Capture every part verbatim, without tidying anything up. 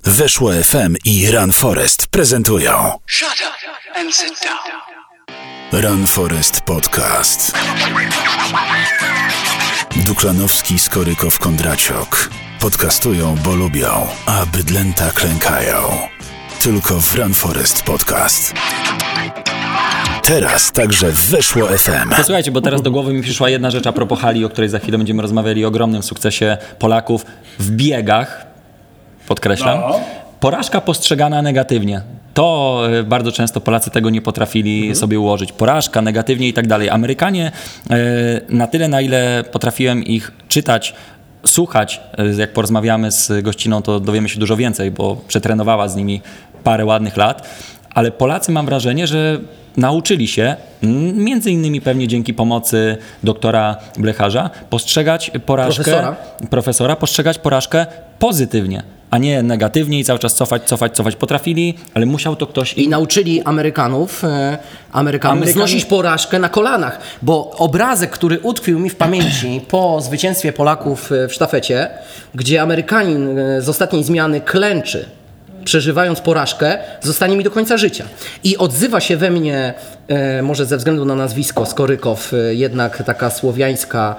Weszło F M i Run Forest prezentują Shut up and sit down. Run Forest Podcast. Duklanowski, Skorykow, Kondraciok podcastują, bo lubią, a bydlęta klękają. Tylko w Run Forest Podcast. Teraz także Weszło F M. Posłuchajcie, bo teraz do głowy mi przyszła jedna rzecz a propos hali, o której za chwilę będziemy rozmawiali, o ogromnym sukcesie Polaków w biegach, podkreślam. No. Porażka postrzegana negatywnie. To bardzo często Polacy tego nie potrafili mhm. sobie ułożyć. Porażka, negatywnie i tak dalej. Amerykanie na tyle, na ile potrafiłem ich czytać, słuchać, jak porozmawiamy z gościną, to dowiemy się dużo więcej, bo przetrenowała z nimi parę ładnych lat. Ale Polacy, mam wrażenie, że nauczyli się, między innymi pewnie dzięki pomocy doktora Blecharza, postrzegać porażkę, profesora, profesora postrzegać porażkę pozytywnie, a nie negatywnie i cały czas cofać, cofać, cofać. Potrafili, ale musiał to ktoś... I nauczyli Amerykanów, e, Amerykanów Amerykanie... znosić porażkę na kolanach, bo obrazek, który utkwił mi w pamięci po zwycięstwie Polaków w sztafecie, gdzie Amerykanin z ostatniej zmiany klęczy, przeżywając porażkę, zostanie mi do końca życia. I odzywa się we mnie, e, może ze względu na nazwisko Skorykow, e, jednak taka słowiańska,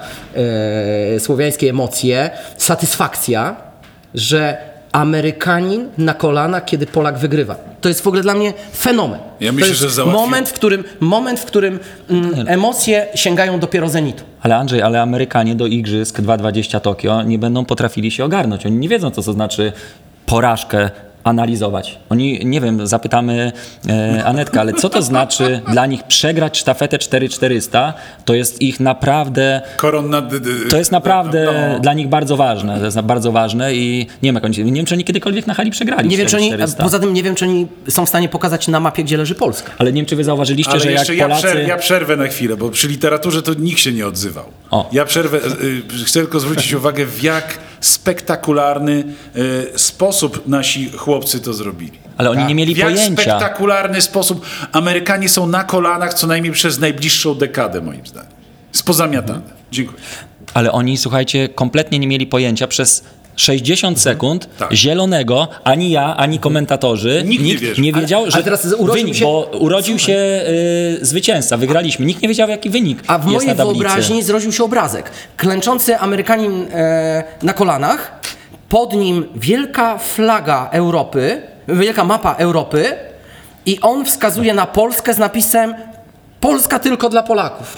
e, słowiańskie emocje, satysfakcja, że Amerykanin na kolanach, kiedy Polak wygrywa. To jest w ogóle dla mnie fenomen. Ja to myślę, jest że załatwił... moment, w którym, moment, w którym mm, emocje sięgają dopiero zenitu. Ale Andrzej, ale Amerykanie do Igrzysk dwa tysiące dwudziestego Tokio nie będą potrafili się ogarnąć. Oni nie wiedzą, co to znaczy porażkę analizować. Oni, nie wiem, zapytamy e, Anetkę, ale co to znaczy dla nich przegrać sztafetę cztery czterysta? To jest ich naprawdę... Koron nad... To jest naprawdę no. dla nich bardzo ważne. To jest bardzo ważne i nie wiem, jak oni, nie wiem, czy oni kiedykolwiek na hali przegrali. Nie wiem, czy oni, poza tym nie wiem, czy oni są w stanie pokazać na mapie, gdzie leży Polska. Ale nie wiem, czy wy zauważyliście, ale że jak ja Polacy... Przerwę, ja przerwę na chwilę, bo przy literaturze to nikt się nie odzywał. O. Ja przerwę, y, chcę tylko zwrócić uwagę, w jak spektakularny y, sposób nasi chłopcy to zrobili. Ale oni tak. nie mieli w jak pojęcia. W spektakularny sposób. Amerykanie są na kolanach co najmniej przez najbliższą dekadę, moim zdaniem. Spozamiatane. Mhm. Dziękuję. Ale oni, słuchajcie, kompletnie nie mieli pojęcia przez sześćdziesiąt sekund tak. zielonego, ani ja, ani komentatorzy, nikt, nikt nie, nie wiedział, ale, że ale teraz wynik, się... bo urodził się y, zwycięzca, wygraliśmy. Nikt nie wiedział, jaki wynik A w jest mojej na tablicy. wyobraźni zrodził się obrazek. Klęczący Amerykanin e, na kolanach, pod nim wielka flaga Europy, wielka mapa Europy i on wskazuje na Polskę z napisem Polska tylko dla Polaków.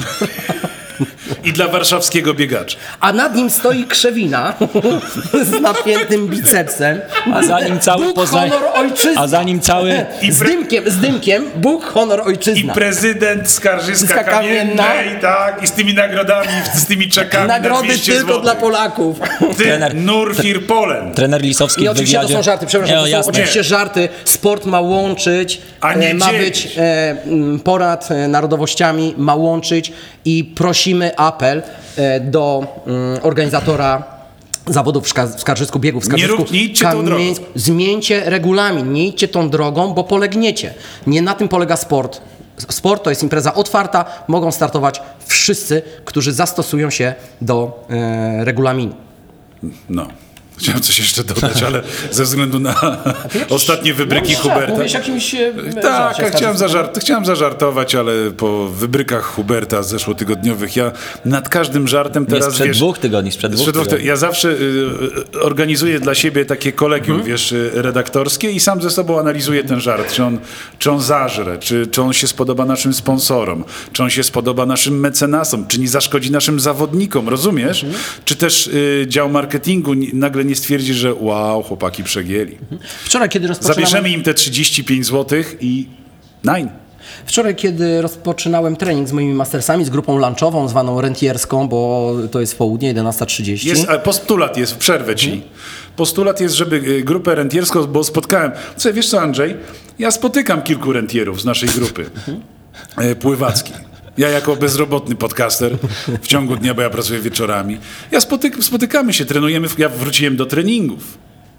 I dla warszawskiego biegacza. A nad nim stoi Krzewina z napiętym bicepsem. A za nim cały Bóg, Poznań... honor, ojczyzna. A za nim cały... I z dymkiem, z dymkiem Bóg, honor, ojczyzna. I prezydent Skarżyska Kamiennej, tak, i z tymi nagrodami, z tymi czekami Nagrody na dwieście tylko złotych. dla Polaków. Ty, Trener, Nurfir Polen. Trener Lisowski I w oczywiście wywiadzie... to są żarty, przepraszam, Nie, to są jasne. oczywiście żarty. Sport ma łączyć, A nie e, ma dzielić. być e, m, porad e, narodowościami, ma łączyć i prosimy apel e, do m, organizatora zawodów w, Szka- w Skarżysku, biegów w Skarżysku. Nie, rób, nie idźcie tą drogą. Zmieńcie regulamin, nie idźcie tą drogą, bo polegniecie. Nie na tym polega sport. Sport to jest impreza otwarta, mogą startować wszyscy, którzy zastosują się do e, regulaminu. No. Chciałem coś jeszcze dodać, ale ze względu na ostatnie wybryki no, Huberta... Mówisz jakimś... E, tak, ja chciałem, zażart, chciałem zażartować, ale po wybrykach Huberta zeszłotygodniowych ja nad każdym żartem teraz... Nie, sprzed wiesz, dwóch tygodni, sprzed dwóch sprzed tygodni. Ja zawsze y, organizuję dla siebie takie kolegium, hmm? wiesz, redaktorskie i sam ze sobą analizuję ten żart, czy on, czy on zażre, czy, czy on się spodoba naszym sponsorom, czy on się spodoba naszym mecenasom, czy nie zaszkodzi naszym zawodnikom, rozumiesz? Hmm? Czy też y, dział marketingu nagle nie stwierdzi, że wow, chłopaki przegięli. Wczoraj, kiedy rozpoczynałem... Zabierzemy im te trzydzieści pięć złotych i nine. Wczoraj, kiedy rozpoczynałem trening z moimi mastersami, z grupą lunchową, zwaną rentierską, bo to jest w południe, jedenasta trzydzieści. Jest, postulat jest, przerwę ci. Hmm. Postulat jest, żeby grupę rentierską, bo spotkałem... Słuchaj, wiesz co, Andrzej? Ja spotykam kilku rentierów z naszej grupy hmm. pływackich. Ja jako bezrobotny podcaster w ciągu dnia, bo ja pracuję wieczorami. Ja spotyk- spotykamy się, trenujemy, ja wróciłem do treningów.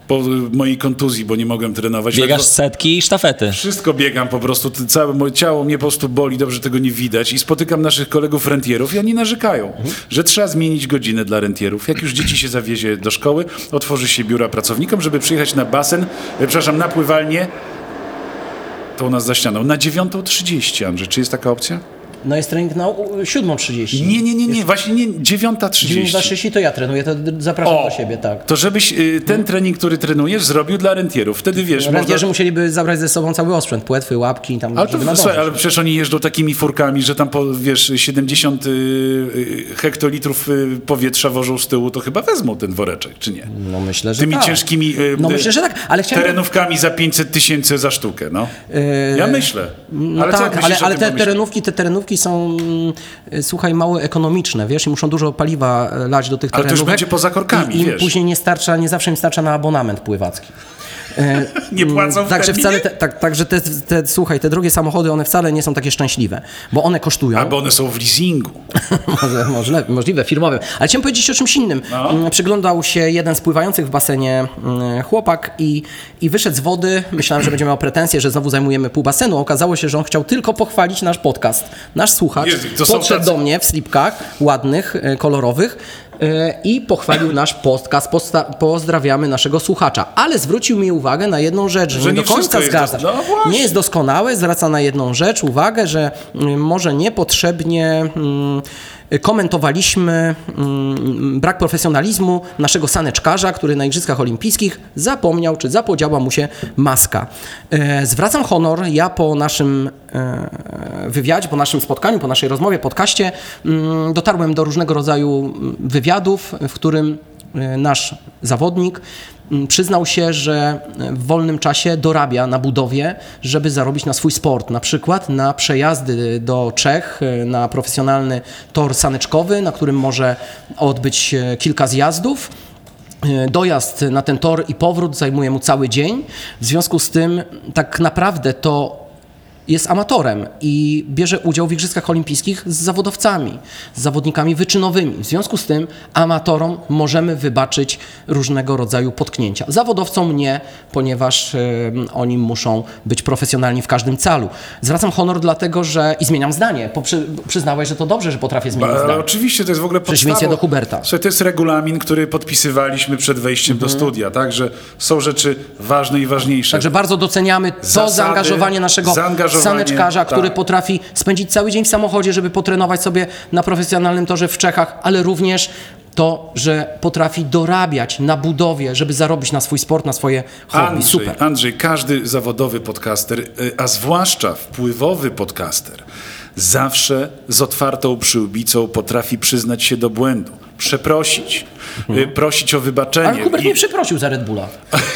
po mojej kontuzji, bo nie mogłem trenować. Biegasz Ledwo- setki i sztafety. Wszystko biegam po prostu, t- całe moje ciało mnie po prostu boli, dobrze tego nie widać i spotykam naszych kolegów rentierów i oni narzekają, mhm. że trzeba zmienić godzinę dla rentierów. Jak już dzieci się zawiezie do szkoły, otworzy się biura pracownikom, żeby przyjechać na basen, e, przepraszam, na pływalnię, to u nas za ścianą, na dziewiątą trzydzieści, Andrzej, czy jest taka opcja? No jest trening na siódma trzydzieści. Nie, nie, nie, nie, właśnie nie, dziewiąta trzydzieści. dziewiąta trzydzieści to ja trenuję, to zapraszam O, do siebie, tak. To żebyś y, ten trening, który trenujesz, zrobił dla rentierów. Wtedy wiesz, Rentierzy można... musieliby zabrać ze sobą cały osprzęt, płetwy, łapki, tam, Ale, to, żeby nadążyć. słuchaj, ale przecież oni jeżdżą takimi furkami, że tam po, wiesz, siedemdziesiąt y, y, hektolitrów y, powietrza wożą z tyłu, to chyba wezmą ten woreczek, czy nie? No myślę, że Tymi tak. ciężkimi y, No y, myślę, że tak, ale chciałem... terenówkami za pięćset tysięcy za sztukę, no. Yy, Ja myślę. No ale co tak, myślisz ale, o ale tym te pomyśle? terenówki, te terenówki są, y, słuchaj, mało ekonomiczne, wiesz, i muszą dużo paliwa e, lać do tych Ale to już terenówek. będzie poza korkami, i im wiesz. później nie starcza, nie zawsze im starcza na abonament pływacki. E, Nie płacą w Także terminie? wcale, te, tak, także te, te, słuchaj, te drogie samochody, one wcale nie są takie szczęśliwe, bo one kosztują. Albo one są w leasingu. Może, możliwe, możliwe, firmowym. Ale chciałem powiedzieć o czymś innym. No. Mm, Przyglądał się jeden z pływających w basenie mm, chłopak i, i wyszedł z wody. Myślałem, że będzie miał pretensje, że znowu zajmujemy pół basenu. Okazało się, że on chciał tylko pochwalić nasz podcast. Nasz słuchacz Jezu, to są podszedł tacy- do mnie w slipkach ładnych, e, kolorowych e, i pochwalił nasz podcast. Posta- pozdrawiamy naszego słuchacza. Ale zwrócił mi uwagę na jedną rzecz, że, Że nie nie do końca wszystko jest zgadza. dos- no właśnie. Nie jest doskonałe, zwraca na jedną rzecz uwagę, że mm, może niepotrzebnie mm, komentowaliśmy mm, brak profesjonalizmu naszego saneczkarza, który na Igrzyskach Olimpijskich zapomniał, czy zapodziała mu się maska. E, zwracam honor, ja po naszym e, wywiadzie, po naszym spotkaniu, po naszej rozmowie, podcaście mm, dotarłem do różnego rodzaju wywiadów, w którym e, nasz zawodnik przyznał się, że w wolnym czasie dorabia na budowie, żeby zarobić na swój sport. Na przykład na przejazdy do Czech, na profesjonalny tor saneczkowy, na którym może odbyć kilka zjazdów. Dojazd na ten tor i powrót zajmuje mu cały dzień. W związku z tym tak naprawdę to jest amatorem i bierze udział w Igrzyskach Olimpijskich z zawodowcami, z zawodnikami wyczynowymi. W związku z tym amatorom możemy wybaczyć różnego rodzaju potknięcia. Zawodowcom nie, ponieważ y, oni muszą być profesjonalni w każdym calu. Zwracam honor dlatego, że i zmieniam zdanie. Poprzy, przyznałeś, że to dobrze, że potrafię zmienić Ale zdanie. oczywiście, to jest w ogóle podstawą. Przeciwieństwie do Huberta. Słuchaj, to jest regulamin, który podpisywaliśmy przed wejściem Mhm. do studia, tak? Że są rzeczy ważne i ważniejsze. Także bardzo doceniamy to Zasady, zaangażowanie naszego zaangażowanie, saneczkarza, który tak. potrafi spędzić cały dzień w samochodzie, żeby potrenować sobie na profesjonalnym torze w Czechach, ale również to, że potrafi dorabiać na budowie, żeby zarobić na swój sport, na swoje hobby. Andrzej, Super. Andrzej, każdy zawodowy podcaster, y, a zwłaszcza wpływowy podcaster, zawsze z otwartą przyłbicą potrafi przyznać się do błędu, przeprosić, y, prosić o wybaczenie. Ale Hubert I- nie przeprosił za Red Bulla.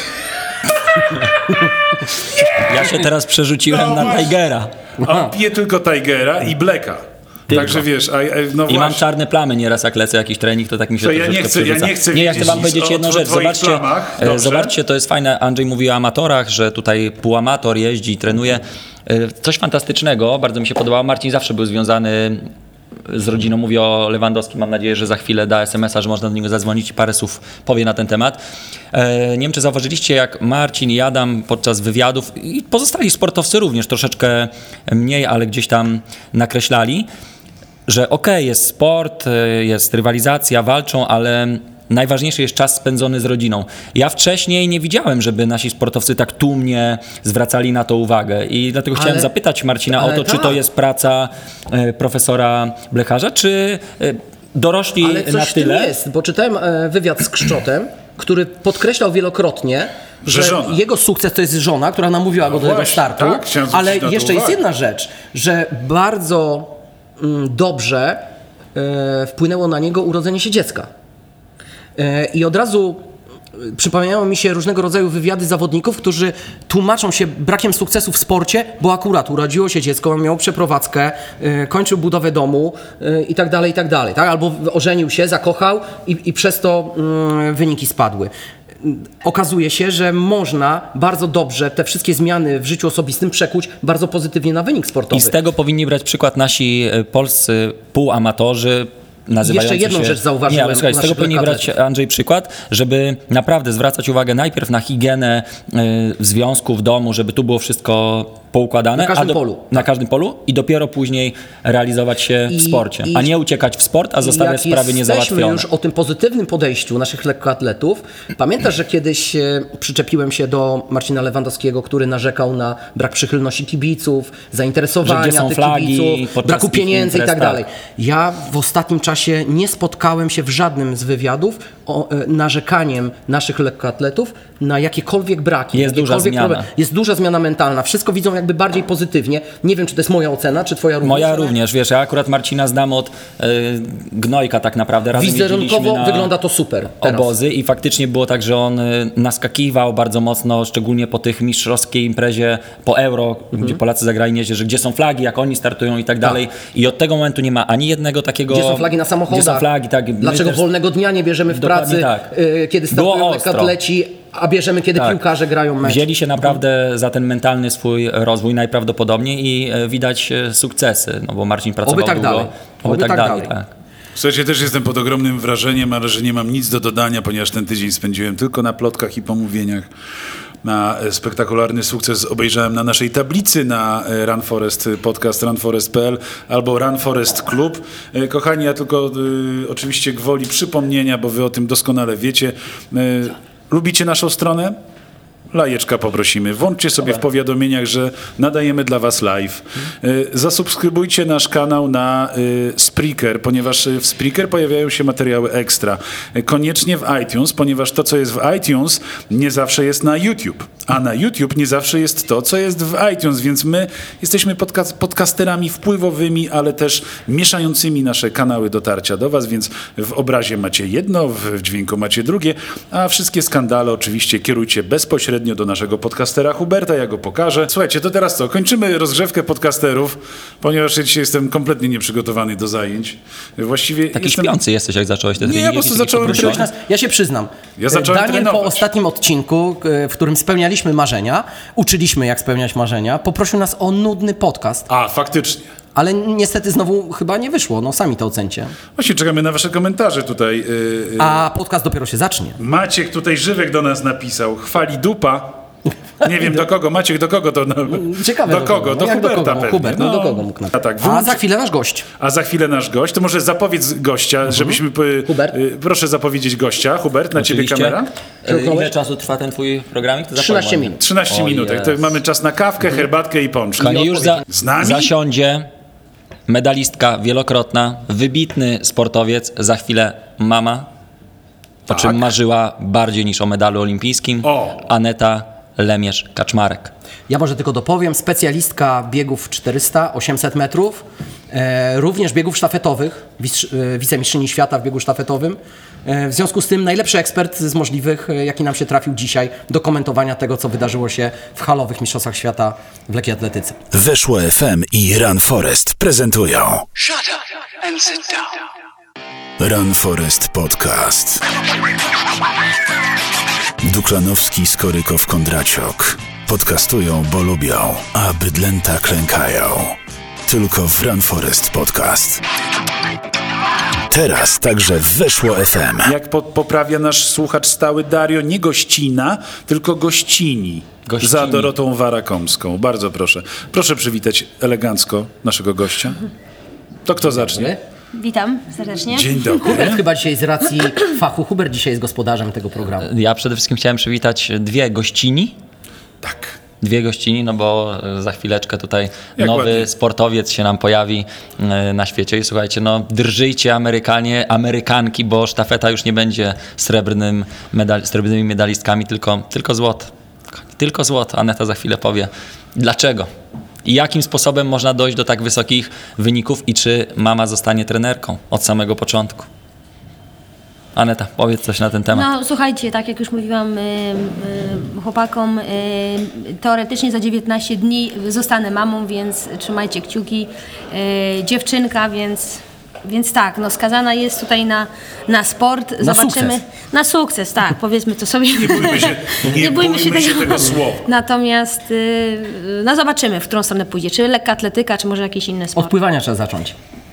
Ja się teraz przerzuciłem No na właśnie. Tigera. A on pije tylko Tigera i Blacka. Tylko. Także wiesz, a, a, no I mam właśnie. czarne plamy nieraz, jak lecę jakiś trening, to tak mi się To ja troszeczkę nie chcę- ja przerzuca. nie chcę Nie, ja chcę wiedzieć wam nic powiedzieć o jedną tw- rzecz. twoich Zobaczcie, plamach. e, Dobrze. zobaczcie, to jest fajne. Andrzej mówi o amatorach, że tutaj półamator jeździ i trenuje. E, Coś fantastycznego, bardzo mi się podobało. Marcin zawsze był związany z rodziną. Mówię o Lewandowskim. Mam nadzieję, że za chwilę da es em es a, że można do niego zadzwonić i parę słów powie na ten temat. E, Nie wiem, czy zauważyliście, jak Marcin i Adam podczas wywiadów i pozostali sportowcy również troszeczkę mniej, ale gdzieś tam nakreślali, że okej, okay, jest sport, y, jest rywalizacja, walczą, ale najważniejszy jest czas spędzony z rodziną. Ja wcześniej nie widziałem, żeby nasi sportowcy tak tłumnie zwracali na to uwagę i dlatego chciałem Ale- zapytać Marcina o ale to, czy tak. to jest praca y, profesora Blecharza, czy y, dorośli Ale coś na w tym tyle... jest, bo czytałem e, wywiad z Krzczotem, który podkreślał wielokrotnie, Że że, żona. jego sukces to jest żona, która namówiła go do tego właśnie, startu, tak, chciałem zwrócić ale na to jeszcze jest uwagę. jedna rzecz, że bardzo mm, dobrze e, wpłynęło na niego urodzenie się dziecka. E, I od razu e, przypomniały mi się różnego rodzaju wywiady zawodników, którzy tłumaczą się brakiem sukcesu w sporcie, bo akurat urodziło się dziecko, miał przeprowadzkę, e, kończył budowę domu e, i tak dalej, i tak dalej. Tak? Albo ożenił się, zakochał i, i przez to mm, wyniki spadły. Okazuje się, że można bardzo dobrze te wszystkie zmiany w życiu osobistym przekuć bardzo pozytywnie na wynik sportowy. I z tego powinni brać przykład nasi y, polscy półamatorzy, nazywający Jeszcze jedną się... rzecz zauważyłem. Nie, słuchaj, z tego naszych powinien brać lekkoatletów. Andrzej przykład, żeby naprawdę zwracać uwagę najpierw na higienę y, w związku, w domu, żeby tu było wszystko poukładane. Na każdym a do, polu. Na każdym polu i dopiero później realizować się I, w sporcie, i, a nie uciekać w sport, a zostawiać jak sprawy niezałatwione. jesteśmy już o tym pozytywnym podejściu naszych lekkoatletów, pamiętasz, że kiedyś e, przyczepiłem się do Marcina Lewandowskiego, który narzekał na brak przychylności kibiców, zainteresowania Że gdzie są tych flagi kibiców, podczas braku ich pieniędzy i imprez, tak dalej. Ja w ostatnim czasie nie spotkałem się w żadnym z wywiadów o e, narzekaniem naszych lekkoatletów na jakiekolwiek braki. Jest duża jakiekolwiek zmiana. problemy. Jest duża zmiana mentalna. Wszystko widzą jakby bardziej pozytywnie. Nie wiem, czy to jest moja ocena, czy twoja również. Moja ale również, wiesz, ja akurat Marcina znam od y, Gnojka tak naprawdę. Razem Wizerunkowo jeździliśmy na wygląda to super. Teraz. obozy i faktycznie było tak, że on y, naskakiwał bardzo mocno, szczególnie po tych mistrzowskiej imprezie, po Euro, Mhm. gdzie Polacy zagrali nieźle, że gdzie są flagi, jak oni startują i tak dalej. I od tego momentu nie ma ani jednego takiego... Gdzie są flagi na samochodach? Gdzie są flagi, tak. My Dlaczego też- wolnego dnia nie bierzemy w Dokładnie pracy, tak. y, kiedy Było startują ostro. lekkoatleci, a bierzemy, kiedy Tak. piłkarze grają mecz. Wzięli się naprawdę za ten mentalny swój rozwój najprawdopodobniej i e, widać e, sukcesy, no bo Marcin pracował Oby tak długo. dalej. Oby tak dalej, tak. Słuchajcie, też jestem pod ogromnym wrażeniem, ale że nie mam nic do dodania, ponieważ ten tydzień spędziłem tylko na plotkach i pomówieniach. Na e, spektakularny sukces obejrzałem na naszej tablicy na e, Run Forest, e, podcast run forest kropka p l albo Run Forest Club. E, Kochani, ja tylko e, oczywiście gwoli przypomnienia, bo wy o tym doskonale wiecie. E, Lubicie naszą stronę? Lajeczka poprosimy. Włączcie sobie w powiadomieniach, że nadajemy dla was live. Y, Zasubskrybujcie nasz kanał na y, Spreaker, ponieważ y, w Spreaker pojawiają się materiały ekstra. Y, Koniecznie w iTunes, ponieważ to, co jest w iTunes, nie zawsze jest na YouTube. A na YouTube nie zawsze jest to, co jest w iTunes, więc my jesteśmy podca- podcasterami wpływowymi, ale też mieszającymi nasze kanały dotarcia do was, więc w obrazie macie jedno, w dźwięku macie drugie, a wszystkie skandale oczywiście kierujcie bezpośrednio do naszego podcastera Huberta, ja go pokażę. Słuchajcie, to teraz co? Kończymy rozgrzewkę podcasterów, ponieważ ja dzisiaj jestem kompletnie nieprzygotowany do zajęć. Właściwie Taki jestem... śpiący jesteś, jak zacząłeś te Nie, treningi. ja po prostu jakiś taki zacząłem poproszony. trenować. Ja się przyznam. Ja zacząłem Daniel trenować. po ostatnim odcinku, w którym spełnialiśmy marzenia, uczyliśmy jak spełniać marzenia, poprosił nas o nudny podcast, A, faktycznie. ale niestety znowu chyba nie wyszło. No sami to ocencie. Właśnie czekamy na wasze komentarze tutaj. Yy, yy. A podcast dopiero się zacznie. Maciek tutaj Żywek do nas napisał. Chwali dupa. Nie wiem do kogo. Maciek do kogo to... Ciekawe do kogo? No Do jak Huberta do kogo? pewnie. Hubert, no, do kogo mógł A, napisać? tak, A wyłącz... za chwilę nasz gość. A za chwilę nasz gość. To może zapowiedz gościa, żebyśmy... y, Hubert? y, proszę zapowiedzieć gościa. Hubert, na ciebie Oczywiście. kamera. E, Ile czasu trwa ten twój programik? To trzynaście zapomnę. minut. trzynaście O minut. jest. To mamy czas na kawkę, herbatkę i pączki. Kochani, już za, Z nami? zasiądzie medalistka wielokrotna, wybitny sportowiec, za chwilę mama, o czym marzyła bardziej niż o medalu olimpijskim, O. Aneta Lemierz-Kaczmarek. Ja może tylko dopowiem, specjalistka biegów czterysta, osiemset metrów, e, również biegów sztafetowych, wistrz, e, wicemistrzyni świata w biegu sztafetowym. E, w związku z tym najlepszy ekspert z możliwych, e, jaki nam się trafił dzisiaj do komentowania tego, co wydarzyło się w halowych mistrzostwach świata w lekkiej atletyce. Weszło F M i Run Forest prezentują Shut up and sit down. Run Forest Podcast. Duklanowski, Skorykow, Kondraciok. Podcastują, bo lubią, a bydlęta klękają. Tylko w Run Forest Podcast. Teraz także Weszło F M. Jak po, poprawia nasz słuchacz stały Dario, nie gościna, tylko gościni. Gościni. Za Dorotą Warakomską. Bardzo proszę. Proszę przywitać elegancko naszego gościa. To kto zacznie? Witam serdecznie. Dzień dobry. Hubert chyba dzisiaj z racji fachu, Hubert dzisiaj jest gospodarzem tego programu. Ja przede wszystkim chciałem przywitać dwie gościni. Tak. Dwie gościni, no bo za chwileczkę tutaj Jak nowy ładnie. sportowiec się nam pojawi e, na świecie i słuchajcie, no drżyjcie Amerykanie, Amerykanki, bo sztafeta już nie będzie srebrnym medal, srebrnymi medalistkami, tylko, tylko złoto. Tylko złoto. Aneta za chwilę powie dlaczego i jakim sposobem można dojść do tak wysokich wyników i czy mama zostanie trenerką od samego początku. Aneta, powiedz coś na ten temat. No słuchajcie, tak jak już mówiłam y, y, chłopakom, y, teoretycznie za dziewiętnaście dni zostanę mamą, więc trzymajcie kciuki. Y, dziewczynka, więc, więc tak, no skazana jest tutaj na, na sport. Na Zobaczymy. sukces. Na sukces, tak, powiedzmy to sobie. Nie bójmy się, nie bójmy się tego słowa. Natomiast y, no zobaczymy, w którą stronę pójdzie. Czy lekka atletyka, czy może jakiś inny sport. Od pływania trzeba zacząć.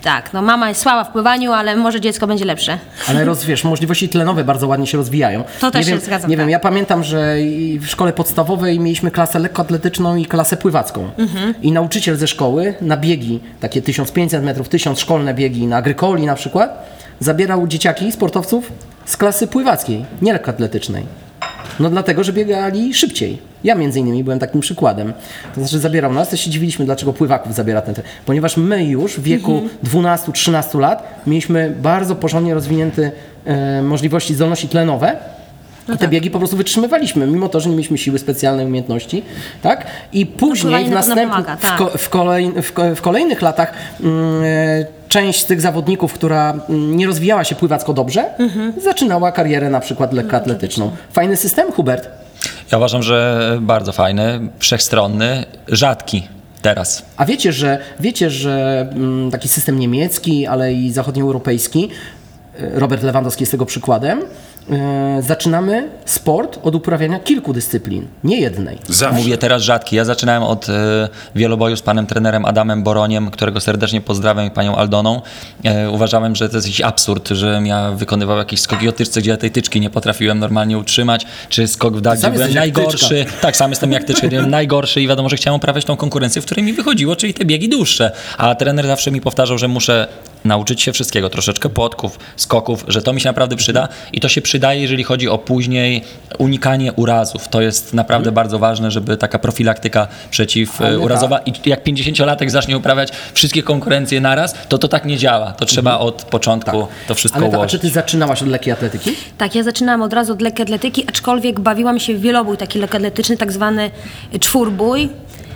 Tak, no mama jest słaba w pływaniu, ale może dziecko będzie lepsze. Ale roz, wiesz, możliwości tlenowe bardzo ładnie się rozwijają. To też nie się wiem, zgadzam, Nie tak. wiem, ja pamiętam, że i w szkole podstawowej mieliśmy klasę lekkoatletyczną i klasę pływacką. Mhm. I nauczyciel ze szkoły na biegi, takie tysiąc pięćset metrów, tysiąc szkolne biegi na agrykoli na przykład, zabierał dzieciaki, sportowców z klasy pływackiej, nie lekkoatletycznej. No dlatego, że biegali szybciej. Ja między innymi byłem takim przykładem. To znaczy zabierał nas, to się dziwiliśmy, dlaczego pływaków zabiera ten tren. Ponieważ my już w wieku mhm. dwunastu trzynastu lat mieliśmy bardzo porządnie rozwinięte e, możliwości, zdolności tlenowe. No I te tak. biegi po prostu wytrzymywaliśmy, mimo to, że nie mieliśmy siły specjalnej, umiejętności, tak? I później w, następnych, pomaga, tak. w, ko, w, kolej, w, ko, w kolejnych latach mm, część z tych zawodników, która mm, nie rozwijała się pływacko dobrze, mhm. zaczynała karierę na przykład lekkoatletyczną. Fajny system, Hubert? Ja uważam, że bardzo fajny, wszechstronny, rzadki teraz. A wiecie, że, wiecie, że mm, taki system niemiecki, ale i zachodnioeuropejski, Robert Lewandowski jest tego przykładem, Yy, zaczynamy sport od uprawiania kilku dyscyplin, nie jednej. Zawsze. Mówię teraz rzadki. Ja zaczynałem od y, wieloboju z panem trenerem Adamem Boroniem, którego serdecznie pozdrawiam, i panią Aldoną. Y, uważałem, że to jest jakiś absurd, żebym ja wykonywał jakieś skoki o tyczce, gdzie ja tej tyczki nie potrafiłem normalnie utrzymać, czy skok w dal, gdzie byłem najgorszy. Tak, sam jestem jak tyczka, byłem najgorszy i wiadomo, że chciałem uprawiać tą konkurencję, w której mi wychodziło, czyli te biegi dłuższe. A trener zawsze mi powtarzał, że muszę nauczyć się wszystkiego, troszeczkę płotków, skoków, że to mi się naprawdę przyda i to się przydaje, jeżeli chodzi o później unikanie urazów. To jest naprawdę hmm. bardzo ważne, żeby taka profilaktyka przeciwurazowa i jak pięćdziesięciolatek zacznie uprawiać wszystkie konkurencje naraz, to to tak nie działa. To trzeba hmm. od początku tak. to wszystko Ale ułożyć. A czy ty zaczynałaś od lekkiej atletyki? Tak, ja zaczynałam od razu od lekkiej atletyki, aczkolwiek bawiłam się w wielobój taki lekkoatletyczny, tak zwany czwórbój.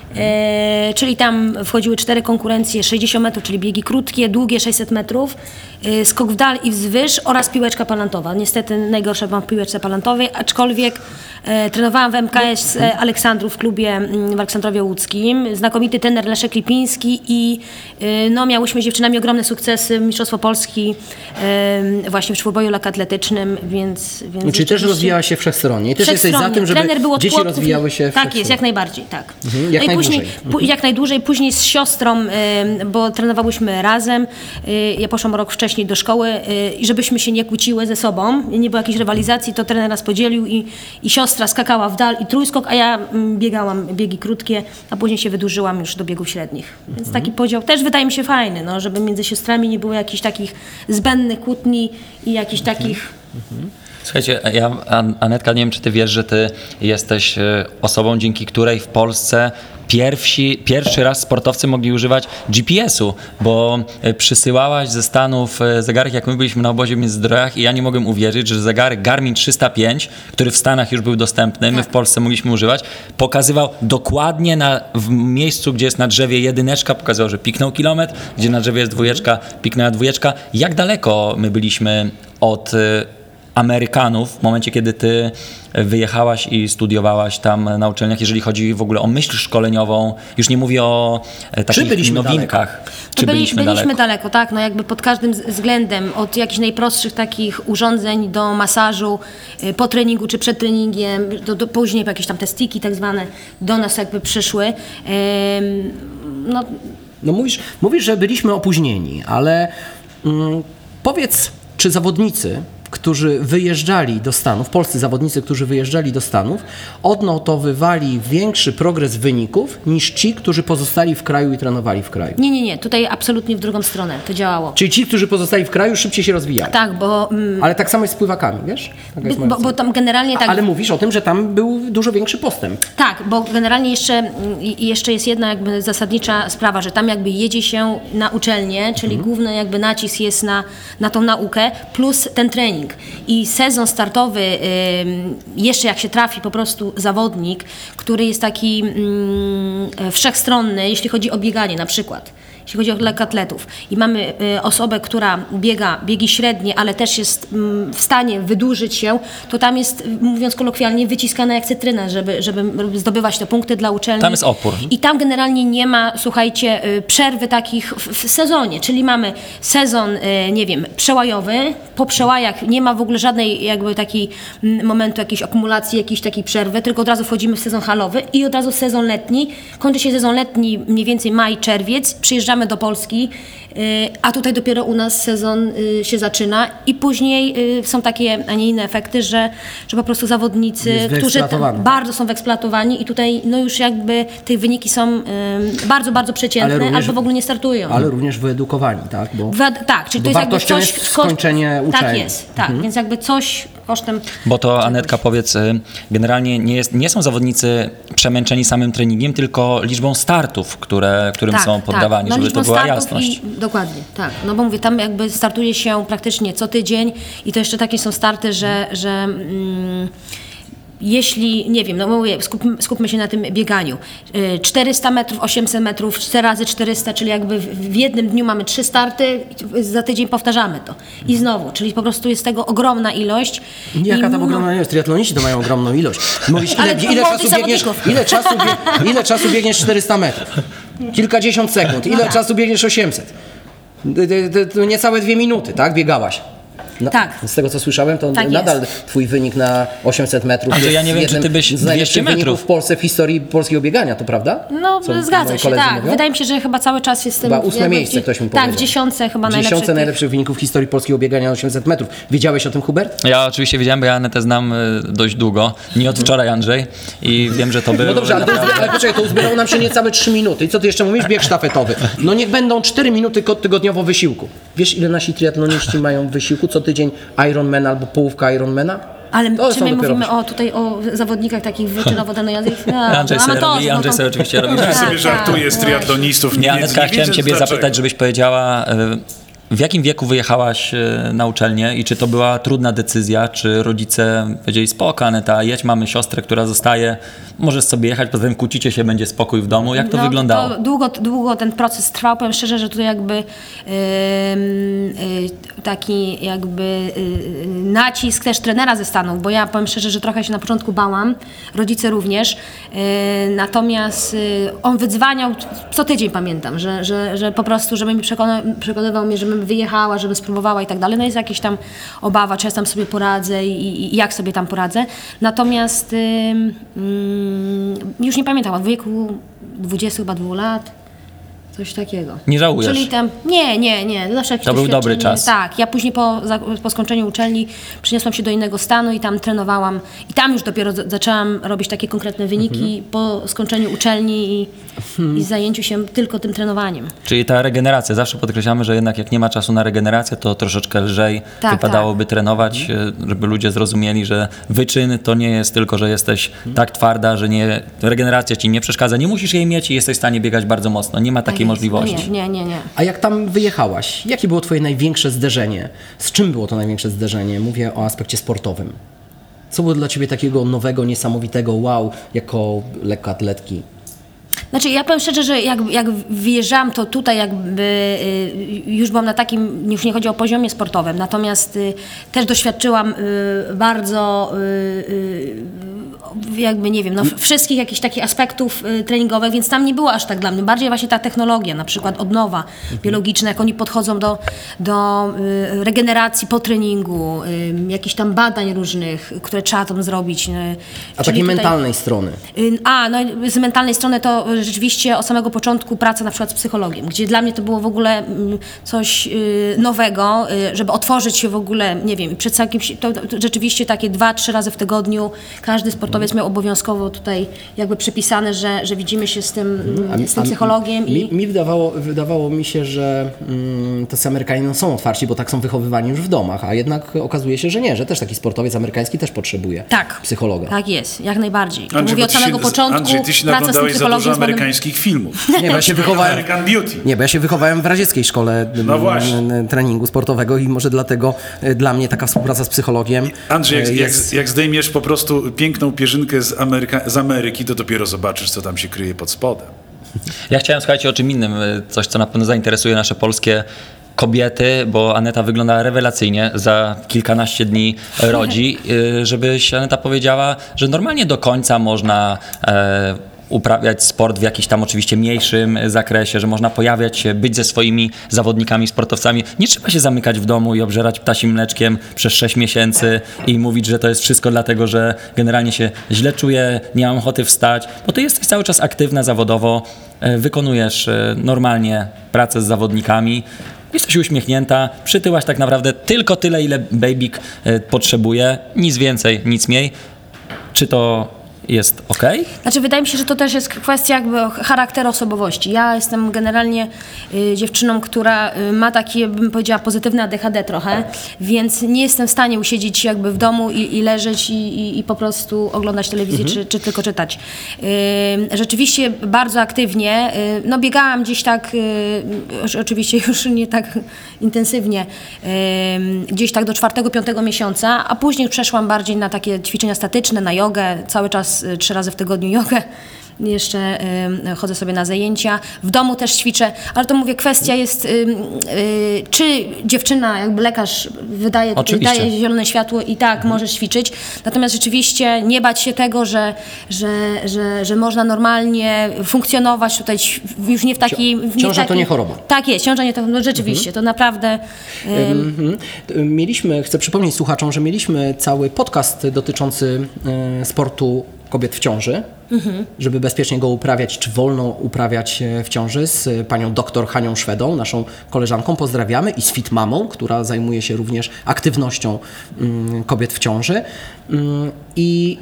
E, czyli tam wchodziły cztery konkurencje, sześćdziesiąt metrów, czyli biegi krótkie, długie sześćset metrów, e, skok w dal i wzwyż oraz piłeczka palantowa. Niestety najgorsze byłam w piłeczce palantowej, aczkolwiek e, trenowałam w M K S e, Aleksandrów w klubie m, w Aleksandrowie Łódzkim. Znakomity trener Leszek Lipiński i e, no, miałyśmy z dziewczynami ogromne sukcesy, Mistrzostwo Polski e, właśnie w czwórboju lekkoatletycznym, więc... więc Czyli też rozwijała się wszechstronnie i też jesteś za tym, żeby trener był od dzieci płotków, rozwijały się Tak jest, jak najbardziej, tak. Mhm, jak no i później, najdłużej. P- jak najdłużej, później z siostrą, y, bo trenowałyśmy razem, y, ja poszłam rok wcześniej do szkoły y, i żebyśmy się nie kłóciły ze sobą, nie było jakiejś rywalizacji, to trener nas podzielił i, i siostra skakała w dal i trójskok, a ja mm, biegałam biegi krótkie, a później się wydłużyłam już do biegów średnich. Więc taki podział też wydaje mi się fajny, no, żeby między siostrami nie było jakichś takich zbędnych kłótni i jakichś takich... Słuchajcie, ja, An- Anetka, nie wiem, czy ty wiesz, że ty jesteś e, osobą, dzięki której w Polsce pierwsi, pierwszy raz sportowcy mogli używać G P S-u, bo e, przysyłałaś ze Stanów e, zegarek, jak my byliśmy na obozie w Międzyzdrojach i ja nie mogłem uwierzyć, że zegarek Garmin trzysta pięć, który w Stanach już był dostępny, my w Polsce mogliśmy używać, pokazywał dokładnie na, w miejscu, gdzie jest na drzewie jedyneczka, pokazywał, że piknął kilometr, gdzie na drzewie jest dwójeczka, piknęła dwójeczka. Jak daleko my byliśmy od e, Amerykanów w momencie, kiedy ty wyjechałaś i studiowałaś tam na uczelniach, jeżeli chodzi w ogóle o myśl szkoleniową, już nie mówię o e, takich byliśmy nowinkach. Czy byli, byliśmy, byliśmy daleko? daleko, tak, no jakby pod każdym z- względem, od jakichś najprostszych takich urządzeń do masażu, y, po treningu czy przed treningiem, do, do później jakieś tam te stiki tak zwane do nas jakby przyszły. Ym, no, No mówisz, mówisz, że byliśmy opóźnieni, ale mm, powiedz, czy zawodnicy, którzy wyjeżdżali do Stanów, polscy zawodnicy, którzy wyjeżdżali do Stanów, odnotowywali większy progres wyników niż ci, którzy pozostali w kraju i trenowali w kraju? nie, nie, nie, tutaj absolutnie w drugą stronę to działało. Czyli ci, którzy pozostali w kraju, szybciej się rozwijali. Tak, bo... Mm, Ale tak samo jest z pływakami, wiesz? Taka jest moja bo, bo ocena. tam generalnie tak... Ale mówisz o tym, że tam był dużo większy postęp. Tak, bo generalnie jeszcze, mm, i- jeszcze jest jedna jakby zasadnicza sprawa, że tam jakby jedzie się na uczelnię, czyli Mhm. główny jakby nacisk jest na, na tą naukę, plus ten trening. I sezon startowy, ym, jeszcze jak się trafi po prostu zawodnik, który jest taki ym, wszechstronny, jeśli chodzi o bieganie na przykład. Jeśli chodzi o lekkoatletów i mamy y, osobę, która biega biegi średnie, ale też jest mm, w stanie wydłużyć się, to tam jest, y, mówiąc kolokwialnie, wyciskana jak cytryna, żeby, żeby zdobywać te punkty dla uczelni. Tam jest opór. I tam generalnie nie ma, słuchajcie, y, przerwy takich w, w sezonie, czyli mamy sezon, y, nie wiem, przełajowy, po przełajach nie ma w ogóle żadnej jakby takiej mm, momentu jakiejś akumulacji, jakiejś takiej przerwy, tylko od razu wchodzimy w sezon halowy i od razu sezon letni. Kończy się sezon letni, mniej więcej maj, czerwiec, przyjeżdżamy wracamy do Polski, a tutaj dopiero u nas sezon się zaczyna i później są takie, a nie inne efekty, że, że po prostu zawodnicy, którzy bardzo są wyeksploatowani i tutaj no już jakby te wyniki są bardzo, bardzo przeciętne, również, albo w ogóle nie startują. Ale również wyedukowani, tak? Bo, Wy, tak, czyli to jest jakby coś... jest skończenie koszt, uczelni. Tak jest, tak, mhm. Więc jakby coś kosztem... Bo to Anetka, powiedz, generalnie nie, jest, nie są zawodnicy przemęczeni samym treningiem, tylko liczbą startów, które, którym tak, są poddawani, tak. No, żeby to była jasność. I, dokładnie, tak. No bo mówię, tam jakby startuje się praktycznie co tydzień i to jeszcze takie są starty, że, że mm, jeśli, nie wiem, no mówię, skup, skupmy się na tym bieganiu. czterysta metrów, osiemset metrów, cztery razy czterysta, czyli jakby w jednym dniu mamy trzy starty, za tydzień powtarzamy to. I znowu, czyli po prostu jest tego ogromna ilość. Jaka I, tam ogromna ilość? Triatloniści to mają ogromną ilość. Mówisz, ile, ile, ile, czasu biegniesz, ile, czasu bie, ile czasu biegniesz czterysta metrów? Kilkadziesiąt sekund. Ile no tak. czasu biegniesz osiemset? Niecałe dwie minuty, tak? Biegałaś. No, tak. Z tego co słyszałem, to tak nadal jest. twój wynik na osiemset metrów A to jest ja nie wiem, jednym czy ty byś z najlepszych dwieście wyników w Polsce w historii polskiego biegania, to prawda? No co zgadza się, tak. Mówią? Wydaje mi się, że chyba cały czas jestem... Chyba ósme miejsce, ktoś mi powiedział. Tak, w dziesiątce chyba w najlepszych. dziesiątce najlepszych wyników w historii polskiego biegania na osiemset metrów. Wiedziałeś o tym, Hubert? Ja oczywiście wiedziałem, bo ja Anetę znam dość długo. Nie od wczoraj, Andrzej. I wiem, że to było... No dobrze, ale, to, ale poczekaj, to uzbierało nam się niecałe trzy minuty. I co ty jeszcze mówisz? Bieg sztafetowy. No niech będą cztery minuty tygodniowo wysiłku. Wiesz, ile nasi triatloniści mają wysiłku co tydzień Ironman albo połówka Ironmana? Ale to czy my mówimy o, tutaj o zawodnikach takich wyczynowo danujących? No, Andrzej sobie robi, Andrzej sobie oczywiście robi. Ja sobie żartuję z triatlonistów. Nie, Anetka, chciałem ciebie zapytać, żebyś powiedziała, w jakim wieku wyjechałaś na uczelnię i czy to była trudna decyzja, czy rodzice powiedzieli, spoko Aneta, jedź, mamy siostrę, która zostaje, możesz sobie jechać, poza tym kłócicie się, będzie spokój w domu. Jak to no, wyglądało? To długo, długo ten proces trwał, powiem szczerze, że tutaj jakby yy, yy, taki jakby yy, nacisk też trenera ze Stanów, bo ja powiem szczerze, że trochę się na początku bałam, rodzice również, yy, natomiast yy, on wydzwaniał co tydzień, pamiętam, że, że, że po prostu, żeby mi przekona, przekonywał mnie, żebym wyjechała, żebym spróbowała i tak dalej. No jest jakaś tam obawa, czy ja tam sobie poradzę i, i jak sobie tam poradzę. Natomiast yy, yy, już nie pamiętam, od wieku dwudziestu chyba dwóch lat, coś takiego. Nie żałujesz? Czyli tam, nie, nie, nie. Zawsze jakieś to był dobry czas. Tak, ja później po, po skończeniu uczelni przyniosłam się do innego stanu i tam trenowałam. I tam już dopiero z, zaczęłam robić takie konkretne wyniki mhm. po skończeniu uczelni i, mhm. i zajęciu się tylko tym trenowaniem. Czyli ta regeneracja, zawsze podkreślamy, że jednak jak nie ma czasu na regenerację, to troszeczkę lżej tak, wypadałoby tak. trenować, mhm. żeby ludzie zrozumieli, że wyczyn to nie jest tylko, że jesteś mhm. tak twarda, że nie, regeneracja ci nie przeszkadza, nie musisz jej mieć i jesteś w stanie biegać bardzo mocno. Nie ma takiej możliwości. Nie, nie, nie, nie. A jak tam wyjechałaś, jakie było twoje największe zderzenie? Z czym było to największe zderzenie? Mówię o aspekcie sportowym. Co było dla ciebie takiego nowego, niesamowitego wow, jako lekkoatletki? Znaczy, ja powiem szczerze, że jak, jak wyjeżdżałam, to tutaj jakby y, już byłam na takim, już nie chodzi o poziomie sportowym, natomiast y, też doświadczyłam y, bardzo y, y, jakby, nie wiem, no, wszystkich jakichś takich aspektów y, treningowych, więc tam nie było aż tak dla mnie. Bardziej właśnie ta technologia, na przykład odnowa mhm. biologiczna, jak oni podchodzą do, do y, regeneracji po treningu, y, jakichś tam badań różnych, które trzeba tam zrobić. Y, A takiej tutaj, mentalnej strony? Y, a, no z mentalnej strony to rzeczywiście od samego początku praca na przykład z psychologiem, gdzie dla mnie to było w ogóle coś y, nowego, y, żeby otworzyć się w ogóle, nie wiem, przed całkiem, to, to rzeczywiście takie dwa, trzy razy w tygodniu każdy sportowiec miał obowiązkowo tutaj jakby przypisane, że, że widzimy się z tym, a, z tym psychologiem. Mi, i... mi wydawało, wydawało mi się, że mm, tacy Amerykanie są otwarci, bo tak są wychowywani już w domach, a jednak okazuje się, że nie, że też taki sportowiec amerykański też potrzebuje tak, psychologa. Tak jest, jak najbardziej. Andrzej, Mówię od samego się, początku, Andrzej, ty się praca z tym psychologiem. Za amerykańskich filmów. Nie, bo ja się wychowałem, American Beauty. Nie, bo ja się wychowałem w radzieckiej szkole no treningu sportowego i może dlatego dla mnie taka współpraca z psychologiem Andrzej, jak, jest... jak, jak zdejmiesz po prostu piękną pierzynkę z, Ameryka, z Ameryki, to dopiero zobaczysz, co tam się kryje pod spodem. Ja chciałem, słuchajcie, o czym innym, coś, co na pewno zainteresuje nasze polskie kobiety, bo Aneta wygląda rewelacyjnie, za kilkanaście dni rodzi, żebyś Aneta powiedziała, że normalnie do końca można e, uprawiać sport w jakimś tam oczywiście mniejszym zakresie, że można pojawiać się, być ze swoimi zawodnikami, sportowcami. Nie trzeba się zamykać w domu i obżerać ptasim mleczkiem przez sześć miesięcy i mówić, że to jest wszystko dlatego, że generalnie się źle czuję, nie mam ochoty wstać, bo ty jesteś cały czas aktywna zawodowo, wykonujesz normalnie pracę z zawodnikami, jesteś uśmiechnięta, przytyłaś tak naprawdę tylko tyle, ile babyk potrzebuje, nic więcej, nic mniej. Czy to jest okej? Okay? Znaczy wydaje mi się, że to też jest kwestia jakby charakteru, osobowości. Ja jestem generalnie y, dziewczyną, która y, ma takie, bym powiedziała, pozytywne A D H D trochę, więc nie jestem w stanie usiedzieć jakby w domu i, i leżeć i, i, i po prostu oglądać telewizję, mhm. czy, czy tylko czytać. Y, rzeczywiście bardzo aktywnie, y, no biegałam gdzieś tak, y, oczywiście już nie tak intensywnie, y, gdzieś tak do czwartego, piątego miesiąca, a później przeszłam bardziej na takie ćwiczenia statyczne, na jogę, cały czas trzy razy w tygodniu jogę. Jeszcze y, chodzę sobie na zajęcia. W domu też ćwiczę, ale to mówię, kwestia jest, y, y, czy dziewczyna, jakby lekarz wydaje, daje zielone światło i tak, mhm. możesz ćwiczyć. Natomiast rzeczywiście nie bać się tego, że, że, że, że można normalnie funkcjonować tutaj już nie w takiej... W ciąża taki, to nie choroba. Tak jest, ciąża nie to, no rzeczywiście, mhm. to naprawdę... Y, mhm. Mieliśmy, chcę przypomnieć słuchaczom, że mieliśmy cały podcast dotyczący y, sportu kobiet w ciąży, mhm. żeby bezpiecznie go uprawiać, czy wolno uprawiać w ciąży, z panią doktor Hanią Szwedą, naszą koleżanką, pozdrawiamy, i z Fit Mamą, która zajmuje się również aktywnością um, kobiet w ciąży. Um, I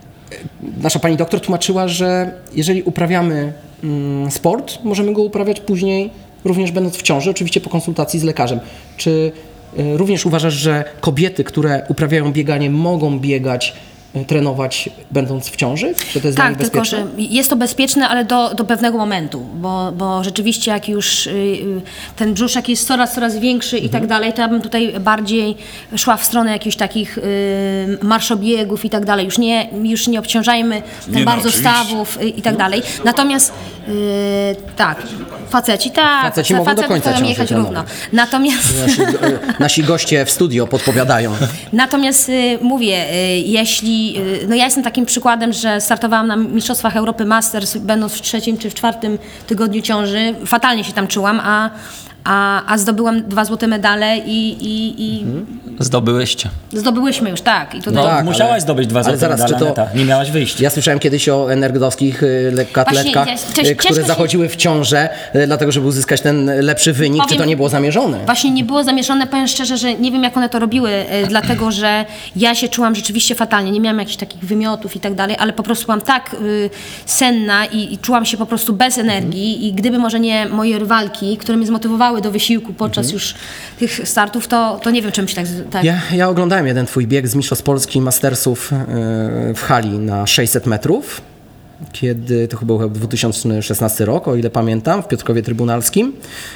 nasza pani doktor tłumaczyła, że jeżeli uprawiamy um, sport, możemy go uprawiać później, również będąc w ciąży, oczywiście po konsultacji z lekarzem. Czy y, również uważasz, że kobiety, które uprawiają bieganie, mogą biegać, trenować będąc w ciąży? Czy to jest tak, tylko że jest to bezpieczne, ale do, do pewnego momentu, bo, bo rzeczywiście jak już y, ten brzuszek jest coraz, coraz większy mhm. i tak dalej, to ja bym tutaj bardziej szła w stronę jakichś takich y, marszobiegów i tak dalej. Już nie, już nie obciążajmy tak nie bardzo no, stawów y, i tak dalej. Natomiast y, tak, faceci tak, faceci mogą do końca ciąży jechać równo. Natomiast nasi, nasi goście w studio podpowiadają. Natomiast y, mówię, y, jeśli no ja jestem takim przykładem, że startowałam na Mistrzostwach Europy Masters, będąc w trzecim czy w czwartym tygodniu ciąży. Fatalnie się tam czułam, a, a, a zdobyłam dwa złote medale i... i, i mhm. Zdobyłyście. Zdobyłyśmy już, tak. I tutaj... No tak, musiałaś ale, zdobyć dwa złote zaraz, medale, to, Aneta. Nie miałaś wyjścia. Ja słyszałem kiedyś o energodowskich lekkoatletkach, Właśnie, które zachodziły w ciążę, dlatego żeby uzyskać ten lepszy wynik. Powiem, czy to nie było zamierzone? Właśnie nie było zamierzone. Powiem szczerze, że nie wiem, jak one to robiły, dlatego że ja się czułam rzeczywiście fatalnie. Nie miałam jakichś takich wymiotów i tak dalej, ale po prostu byłam tak y, senna i, i czułam się po prostu bez energii mm. i gdyby może nie moje rywalki, które mnie zmotywowały do wysiłku podczas mm. już tych startów, to, to nie wiem, czym się tak... tak. Ja, ja oglądałem jeden twój bieg z Mistrzostw Polski Mastersów yy, w hali na sześćset metrów, kiedy, to chyba był dwa tysiące szesnasty rok, o ile pamiętam, w Piotrkowie Trybunalskim,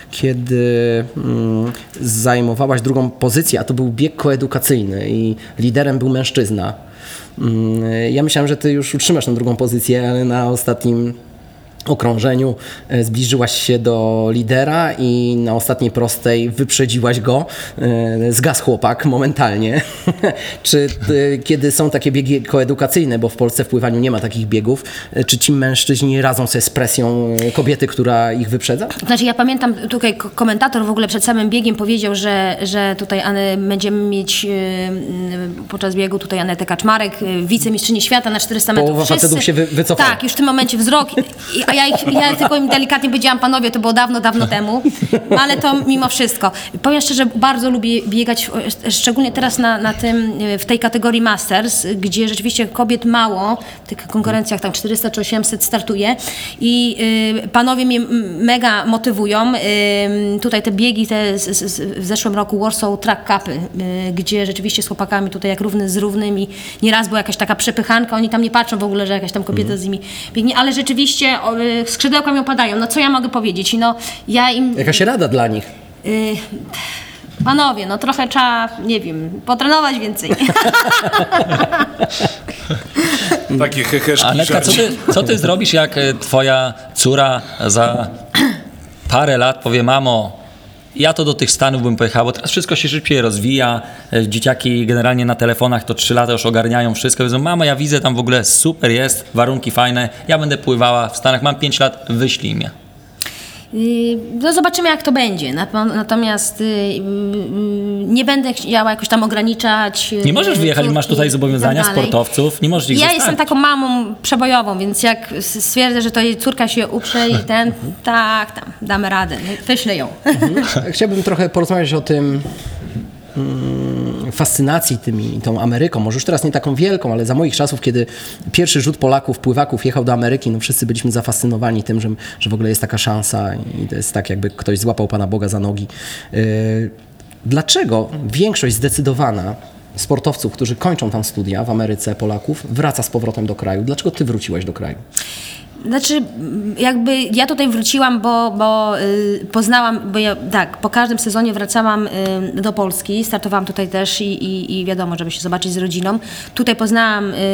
kiedy mm, zajmowałaś drugą pozycję, a to był bieg koedukacyjny i liderem był mężczyzna. Mm, ja myślałem, że ty już utrzymasz tę drugą pozycję, ale na ostatnim okrążeniu zbliżyłaś się do lidera i na ostatniej prostej wyprzedziłaś go. Zgasł chłopak momentalnie. Czy ty, kiedy są takie biegi koedukacyjne, bo w Polsce w pływaniu nie ma takich biegów, czy ci mężczyźni radzą sobie z presją kobiety, która ich wyprzedza? Znaczy ja pamiętam, tutaj komentator w ogóle przed samym biegiem powiedział, że, że tutaj Anę, będziemy mieć yy, podczas biegu tutaj Anetę Kaczmarek, yy, wicemistrzyni świata na czterysta metrów. Połowa facetów się wy, wycofała. Tak, już w tym momencie wzrok. I, a ja, ich, ja tylko im delikatnie powiedziałam, panowie, to było dawno, dawno temu, ale to mimo wszystko. Powiem szczerze, bardzo lubię biegać, szczególnie teraz na, na tym, w tej kategorii Masters, gdzie rzeczywiście kobiet mało, w tych konkurencjach tam czterysta czy osiemset startuje i y, panowie mnie mega motywują. Y, tutaj te biegi te z, z, w zeszłym roku Warsaw Track Cupy, y, gdzie rzeczywiście z chłopakami tutaj jak równy z równym i nieraz była jakaś taka przepychanka, oni tam nie patrzą w ogóle, że jakaś tam kobieta mm. z nimi biegnie, ale rzeczywiście o, y, skrzydełka mi opadają. No co ja mogę powiedzieć? No ja im... Jakaś rada dla nich? Y, panowie, no trochę trzeba, nie wiem, potrenować więcej. Takie heheszki. Anetka, co ty, co ty zrobisz, jak twoja córa za parę lat powie: mamo, Ja to do tych Stanów bym pojechał, bo teraz wszystko się szybciej rozwija. Dzieciaki generalnie na telefonach to trzy lata już ogarniają wszystko. Powiedzą, mama, ja widzę tam w ogóle super jest, warunki fajne, ja będę pływała w Stanach, mam pięć lat, wyślij mnie. No zobaczymy, jak to będzie. Natomiast nie będę chciała jakoś tam ograniczać. Nie możesz wyjechać, masz tutaj zobowiązania tak sportowców, nie możesz ich Ja zostawić. jestem taką mamą przebojową, więc jak stwierdzę, że to jej córka się uprze i ten, tak, tam, damy radę, wyślę ją. Chciałbym trochę porozmawiać o tym mm, fascynacji tymi, tą Ameryką, może już teraz nie taką wielką, ale za moich czasów, kiedy pierwszy rzut Polaków, pływaków jechał do Ameryki, no wszyscy byliśmy zafascynowani tym, że, że w ogóle jest taka szansa i to jest tak, jakby ktoś złapał Pana Boga za nogi. Yy, dlaczego większość zdecydowana sportowców, którzy kończą tam studia w Ameryce, Polaków, wraca z powrotem do kraju? Dlaczego Ty wróciłaś do kraju? Znaczy, jakby ja tutaj wróciłam, bo, bo y, poznałam, bo ja tak, po każdym sezonie wracałam y, do Polski, startowałam tutaj też i, i, i wiadomo, żeby się zobaczyć z rodziną. Tutaj poznałam y,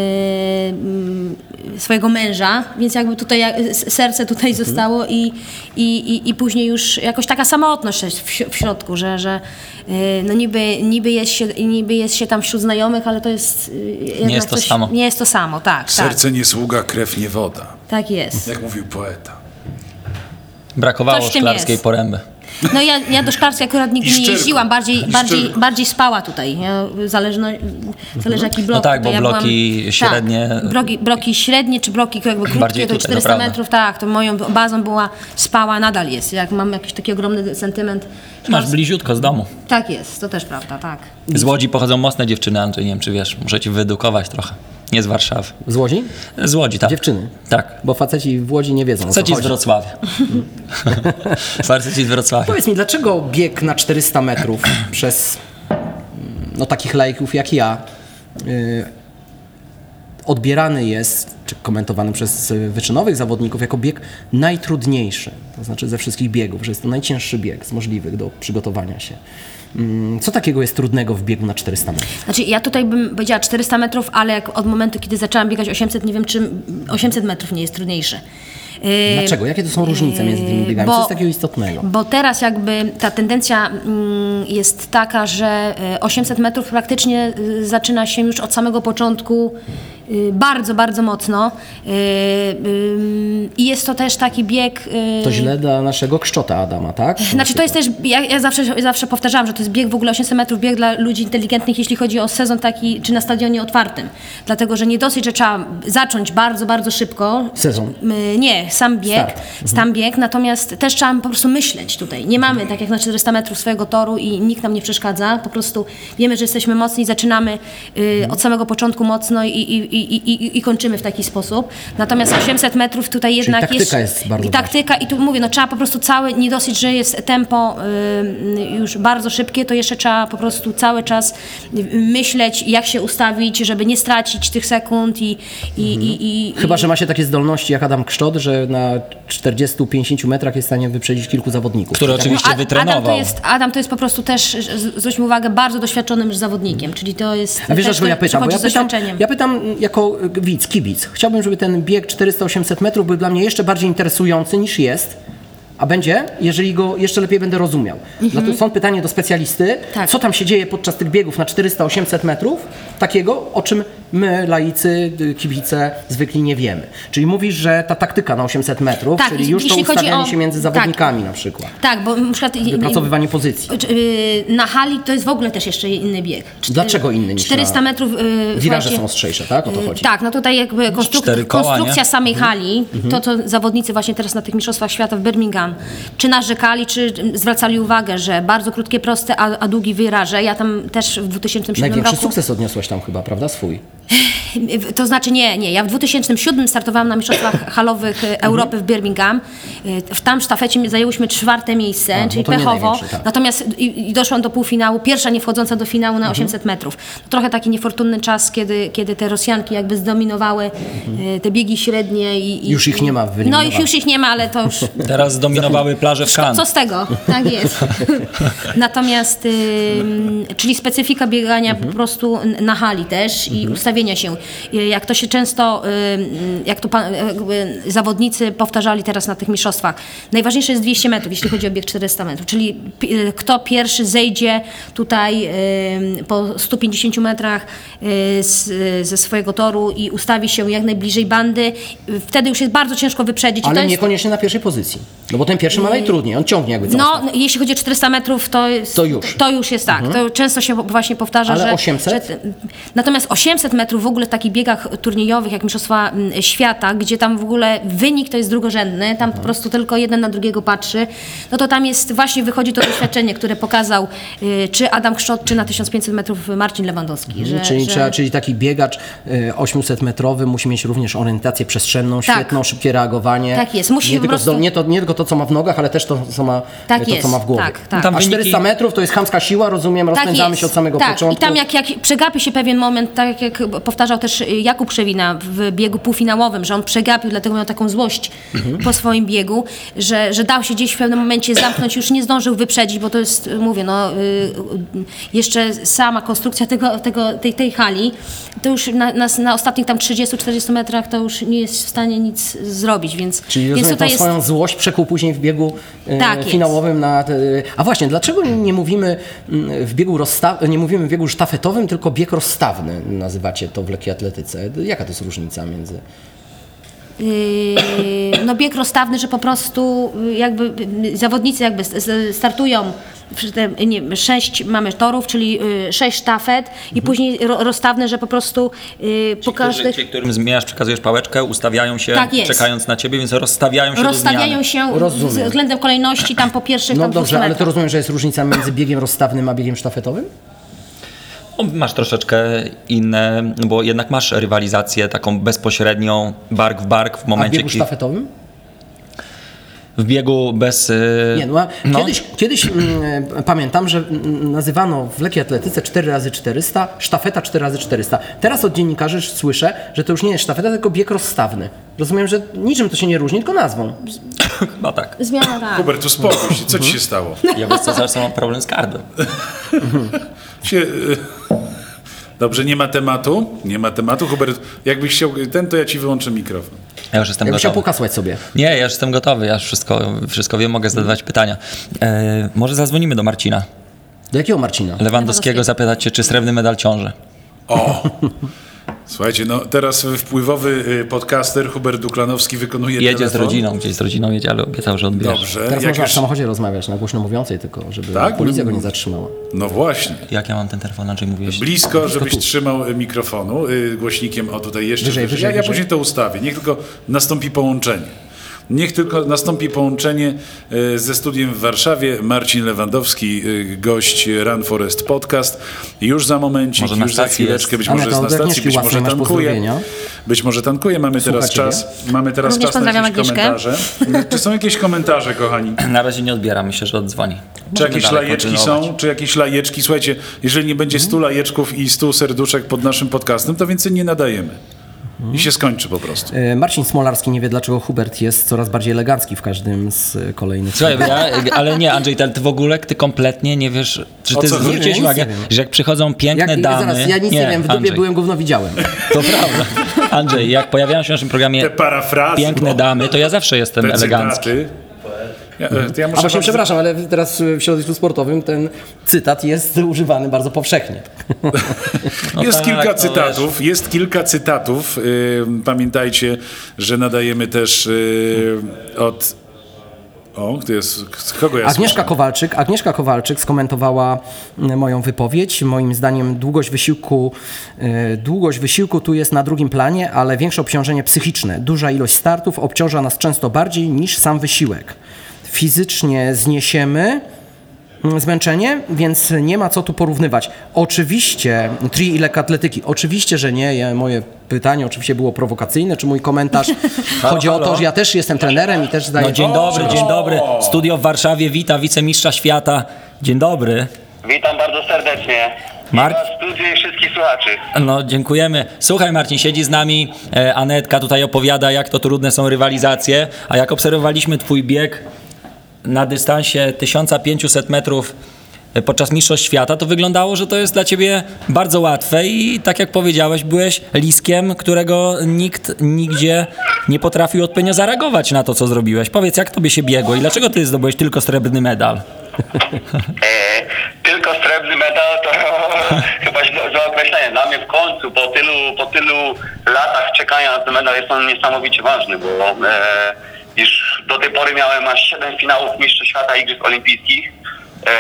y, swojego męża, więc jakby tutaj jak, serce tutaj mhm. zostało i, i, i, i później już jakoś taka samotność jest w, w środku, że, że y, no niby, niby, jest się, niby jest się tam wśród znajomych, ale to jest y, nie jest to coś, samo. Nie jest to samo, tak. Serce tak. nie sługa, krew nie woda. Tak jest. Jak mówił poeta. Brakowało Coś w tym szklarskiej jest. poręby. No ja, ja do Szklarskiej akurat nigdy I nie Szczyrku. jeździłam, bardziej, I bardziej, Szczyrku. bardziej spała tutaj. Ja, zależno, zależy jaki blok. No tak, tutaj bo ja bloki byłam, średnie- Tak, bloki, bloki średnie czy bloki jakby krótkie, Bardziej to tutaj, czterysta to prawda. metrów, tak, to moją bazą była spała, nadal jest. Jak mam jakiś taki ogromny sentyment. Masz bliziutko z domu. Tak jest, to też prawda, tak. Z Łodzi pochodzą mocne dziewczyny, Andrzej, nie wiem czy wiesz, muszę ci wyedukować trochę. Nie z Warszawy. Z Łodzi? Z Łodzi, tak. Dziewczyny? Tak. Bo faceci w Łodzi nie wiedzą, o co Faceci z chodzi. Wrocławia. Faceci z Wrocławia. Powiedz mi, dlaczego bieg na czterysta metrów przez no, takich laików jak ja yy, odbierany jest, czy komentowany przez wyczynowych zawodników jako bieg najtrudniejszy, to znaczy ze wszystkich biegów, że jest to najcięższy bieg z możliwych do przygotowania się. Co takiego jest trudnego w biegu na czterysta metrów? Znaczy ja tutaj bym powiedziała czterysta metrów, ale jak od momentu, kiedy zaczęłam biegać osiemset, nie wiem czy osiemset metrów nie jest trudniejsze. Dlaczego? Jakie to są różnice między tymi biegami? Bo, Co jest takiego istotnego? Bo teraz jakby ta tendencja mm, jest taka, że osiemset metrów praktycznie y, zaczyna się już od samego początku y, bardzo, bardzo mocno y, y, i jest to też taki bieg... Y, To źle dla naszego kszczota Adama, tak? Znaczy to jest też, ja, ja zawsze, ja zawsze powtarzałam, że to jest bieg w ogóle osiemset metrów, bieg dla ludzi inteligentnych, jeśli chodzi o sezon taki, czy na stadionie otwartym. Dlatego, że nie dosyć, że trzeba zacząć bardzo, bardzo szybko. Sezon. Y, Nie, sam bieg, Start. sam bieg, natomiast też trzeba po prostu myśleć tutaj. Nie mamy tak jak na czterysta metrów swojego toru i nikt nam nie przeszkadza. Po prostu wiemy, że jesteśmy mocni, zaczynamy y, od samego początku mocno i, i, i, i, i kończymy w taki sposób. Natomiast osiemset metrów tutaj jednak taktyka jest... jest bardzo i taktyka i tu mówię, no trzeba po prostu cały, nie dosyć, że jest tempo y, już bardzo szybkie, to jeszcze trzeba po prostu cały czas myśleć, jak się ustawić, żeby nie stracić tych sekund i... i, Mhm. i, i Chyba że ma się takie zdolności jak Adam Kszczot, że na czterdziestu pięćdziesięciu metrach jest w stanie wyprzedzić kilku zawodników. Który Tak? oczywiście A- wytrenował. Adam to, jest, Adam to jest po prostu też, z- zwróćmy uwagę, bardzo doświadczonym już zawodnikiem, czyli to jest... A wiesz, też dlaczego ja pytam? Bo przychodzi ja z pytam, doświadczeniem. ja pytam jako widz, kibic. Chciałbym, żeby ten bieg czterysta osiemset metrów był dla mnie jeszcze bardziej interesujący niż jest, a będzie, jeżeli go jeszcze lepiej będę rozumiał. Dlatego stąd pytanie do specjalisty, Tak. co tam się dzieje podczas tych biegów na czterysta osiemset metrów, takiego, o czym my, laicy, kibice, zwykli nie wiemy. Czyli mówisz, że ta taktyka na osiemset metrów, Tak, czyli już to jeśli chodzi ustawianie o- się między tak. zawodnikami na przykład. Tak, bo na przykład... Wypracowywanie pozycji. Yy, Na hali to jest w ogóle też jeszcze inny bieg. Czty- Dlaczego inny niż czterysta na- metrów... Yy, Wiraże słuchajcie, są ostrzejsze, tak? O to yy, chodzi. Tak, no tutaj jakby konstruk- Cztery koła, konstrukcja nie? samej hali, to co zawodnicy właśnie teraz na tych mistrzostwach świata w Birmingham, czy narzekali, czy zwracali uwagę, że bardzo krótkie, proste, a, a długi wiraże. Ja tam też w dwa tysiące siódmym Największy roku... sukces odniosłeś tam chyba, prawda? Swój. To znaczy nie, nie. Ja w dwa tysiące siódmym startowałam na mistrzostwach halowych e, Europy w Birmingham. E, W tam sztafecie zajęłyśmy czwarte miejsce, A, no czyli to nie pechowo. największy, tak. Natomiast i, i doszłam do półfinału, pierwsza nie wchodząca do finału na osiemset metrów. Trochę taki niefortunny czas, kiedy, kiedy te Rosjanki jakby zdominowały e, te biegi średnie. I, i, Już ich nie ma w No wyeliminowaniu. i już ich nie ma, ale to już... Teraz zdominowały plaże w Co, Cannes. co z tego? Tak jest. Natomiast, ym, czyli specyfika biegania po prostu n- na hali też i ustawienie ustawienia się. Jak to się często, jak to pan, jakby zawodnicy powtarzali teraz na tych mistrzostwach, najważniejsze jest dwieście metrów, jeśli chodzi o bieg czterysta metrów, czyli kto pierwszy zejdzie tutaj po stu pięćdziesięciu metrach z, ze swojego toru i ustawi się jak najbliżej bandy, wtedy już jest bardzo ciężko wyprzedzić. Ale to jest... niekoniecznie na pierwszej pozycji, no bo ten pierwszy ma najtrudniej, on ciągnie jakby No, całą jeśli chodzi o czterysta metrów, to jest, To już. to już jest tak. To często się właśnie powtarza, Ale że... osiemset? Że, natomiast osiemset metrów w ogóle w takich biegach turniejowych, jak Mistrzostwa mm, Świata, gdzie tam w ogóle wynik to jest drugorzędny, tam po prostu tylko jeden na drugiego patrzy, no to tam jest, właśnie wychodzi to doświadczenie, które pokazał y, czy Adam Krzot, czy na tysiąc pięćset metrów Marcin Lewandowski. Że, czyli, że... trzeba, czyli taki biegacz y, osiemset metrowy musi mieć również orientację przestrzenną, Tak. świetną, szybkie reagowanie. Tak jest, musi nie, po tylko, prostu- nie, to, nie tylko to, co ma w nogach, ale też to, co ma, Tak to, jest, co ma w głowie. tak, tak. Tam A wyniki- czterysta metrów to jest chamska siła, rozumiem, rozpędzamy się od samego tak. początku. I tam jak, jak przegapi się pewien moment, tak jak powtarzał też Jakub Krzewina w biegu półfinałowym, że on przegapił, dlatego miał taką złość Mhm. po swoim biegu, że, że dał się gdzieś w pewnym momencie zamknąć, już nie zdążył wyprzedzić, bo to jest, mówię, no y, y, jeszcze sama konstrukcja tego, tego, tej, tej hali, to już na, na, na ostatnich tam trzydziestu czterdziestu metrach to już nie jest w stanie nic zrobić, więc, Czyli więc rozumiem, tą tutaj jest... swoją złość przekuł później w biegu e, Tak jest. finałowym na... Te, a właśnie, dlaczego nie, nie mówimy mm, w biegu rozsta- nie mówimy w biegu sztafetowym, tylko bieg rozstawny nazywacie to w lekkiej atletyce? Jaka to jest różnica między... Yy, no bieg rozstawny, że po prostu yy, jakby yy, zawodnicy jakby s- s- startują przy te, nie, wiem, sześć mamy torów, czyli yy, sześć sztafet i później ro, rozstawne, że po prostu yy, po każdych Ci, którym zmieniasz, przekazujesz pałeczkę, ustawiają się, Tak jest. czekając na ciebie, więc rozstawiają się do rozstawiają zmiany. się Rozumiem. z względem kolejności tam po pierwszych No tam dwustu dobrze, ale to metrach. rozumiem, że jest różnica między biegiem rozstawnym a biegiem sztafetowym? No, masz troszeczkę inne, no bo jednak masz rywalizację taką bezpośrednią, bark w bark w A w momencie, biegu kiedy sztafetowym? w biegu bez... yy, Nie, no, a no. kiedyś, kiedyś mm, pamiętam, że mm, nazywano w lekkiej atletyce cztery razy czterysta, sztafeta cztery razy czterysta. Teraz od dziennikarzy słyszę, że to już nie jest sztafeta, tylko bieg rozstawny. Rozumiem, że niczym to się nie różni, tylko nazwą. No tak. Zmiana, tak. Hubert, uspokój się, co ci się stało? Ja wiesz co, zawsze mam problem z gardłem. Się, y, dobrze, nie ma tematu? Nie ma tematu. Hubert, jakbyś chciał ten, to ja ci wyłączę mikrofon. Ja już jestem Jakby chciał gotowy. pokasłać sobie. Nie, ja już jestem gotowy, ja już wszystko, wszystko wiem, mogę zadawać pytania. E, może zadzwonimy do Marcina Do jakiego Marcina? Lewandowskiego, zapytać się, czy srebrny medal ciąży. O! Słuchajcie, no teraz wpływowy y, podcaster Hubert Duklanowski wykonuje Jedzie telefon. z rodziną, gdzieś z rodziną jedzie, ale obiecał, że odbierze. Dobrze. Teraz jak można już... w samochodzie rozmawiać, na głośno mówiącej tylko, żeby Tak? policja go nie zatrzymała. No właśnie. Jak ja mam ten telefon, Andrzej, mówiłeś? Blisko, żebyś trzymał y, mikrofonu y, głośnikiem, o tutaj jeszcze Wyżej, wyżej. wyżej, Ja, ja wyżej. później to ustawię. Niech tylko nastąpi połączenie. Niech tylko nastąpi połączenie y, ze studiem w Warszawie. Marcin Lewandowski, y, gość Run Forest Podcast. Już za momencik, Może na już za stacji chwileczkę, jest. być A może na jest to na od stacji, być Agnieszki może Łasnej masz tankuje. pozdrowienia. Być może tankuje. Mamy teraz Słucha ciebie. czas. Mamy teraz Również czas na pozdrawiam jakieś Agnieszkę. komentarze. Czy są jakieś komentarze, kochani? Na razie nie odbieram, myślę, że oddzwoni. Czy Możemy jakieś dalej lajeczki kontynuować. są? Czy jakieś lajeczki? Słuchajcie, jeżeli nie będzie stu lajeczków i stu serduszek pod naszym podcastem, to więcej nie nadajemy. I się skończy po prostu. E, Marcin Smolarski nie wie, dlaczego Hubert jest coraz bardziej elegancki w każdym z e, kolejnych... Słuchaj, ja, ale nie, Andrzej, ty, ty w ogóle, ty kompletnie nie wiesz, czy O ty co chodzi? zwróciłeś Ja nic uwagę, nie wiem. że jak przychodzą piękne Jak, damy... zaraz, ja nic nie, wiem, w dupie Andrzej, byłem, gówno widziałem. To prawda. Andrzej, jak pojawiają się w naszym programie Te parafrazy. piękne bo damy, to ja zawsze jestem te elegancki. cytaty. Ja, to ja muszę A właśnie, wam- przepraszam, ale teraz w środowisku sportowym ten cytat jest używany bardzo powszechnie. Jest tak, kilka no cytatów, jest kilka cytatów. Yy, pamiętajcie, że nadajemy też yy, od... O, to jest... z kogo ja Agnieszka słyszę? Kowalczyk, Agnieszka Kowalczyk skomentowała mm, moją wypowiedź. Moim zdaniem długość wysiłku, e, długość wysiłku tu jest na drugim planie, ale większe obciążenie psychiczne. Duża ilość startów obciąża nas często bardziej niż sam wysiłek. Fizycznie zniesiemy mm, zmęczenie, więc nie ma co tu porównywać. Oczywiście, tri i lekkoatletyki, oczywiście, że nie. Ja, moje pytanie oczywiście było prowokacyjne, czy mój komentarz chodzi o to, halo? że ja też jestem trenerem i też zdaję... No dzień dobry, dzień dobry. Studio w Warszawie wita wicemistrza świata. Dzień dobry. Witam bardzo serdecznie. Mark- Was, studiu i wszystkich słuchaczy. No, dziękujemy. Słuchaj, Marcin, siedzi z nami e, Anetka, tutaj opowiada, jak to trudne są rywalizacje, a jak obserwowaliśmy twój bieg na dystansie tysiąc pięćset metrów podczas Mistrzostw Świata, to wyglądało, że to jest dla ciebie bardzo łatwe i tak jak powiedziałeś, byłeś liskiem, którego nikt nigdzie nie potrafił odpowiednio zareagować na to, co zrobiłeś. Powiedz, jak tobie się biegło i dlaczego ty zdobyłeś tylko srebrny medal? E, tylko srebrny medal to chyba źle określenie. Dla mnie w końcu, po tylu, po tylu latach czekania na ten medal jest on niesamowicie ważny, bo e, już do tej pory miałem aż siedem finałów Mistrzostw Świata i Igrzysk Olimpijskich e,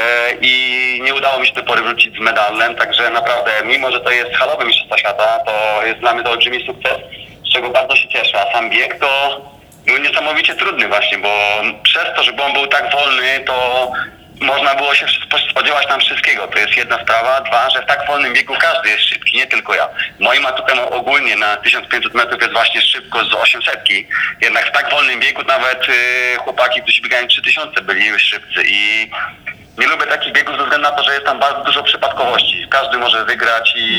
i nie udało mi się do tej pory wrócić z medalem, także naprawdę, mimo że to jest halowy Mistrzostwa Świata, to jest dla mnie to olbrzymi sukces, z czego bardzo się cieszę, a sam bieg to był niesamowicie trudny właśnie, bo przez to, że on był tak wolny, to można było się spodziewać tam wszystkiego. To jest jedna sprawa. Dwa, że w tak wolnym biegu każdy jest szybki, nie tylko ja. Moim atutem ogólnie na tysiąc pięćset metrów jest właśnie szybkość z osiemsetki. Jednak w tak wolnym biegu nawet y, chłopaki, którzy biegają trzy tysiące, byli już szybcy i nie lubię takich biegów ze względu na to, że jest tam bardzo dużo przypadkowości. Każdy może wygrać i,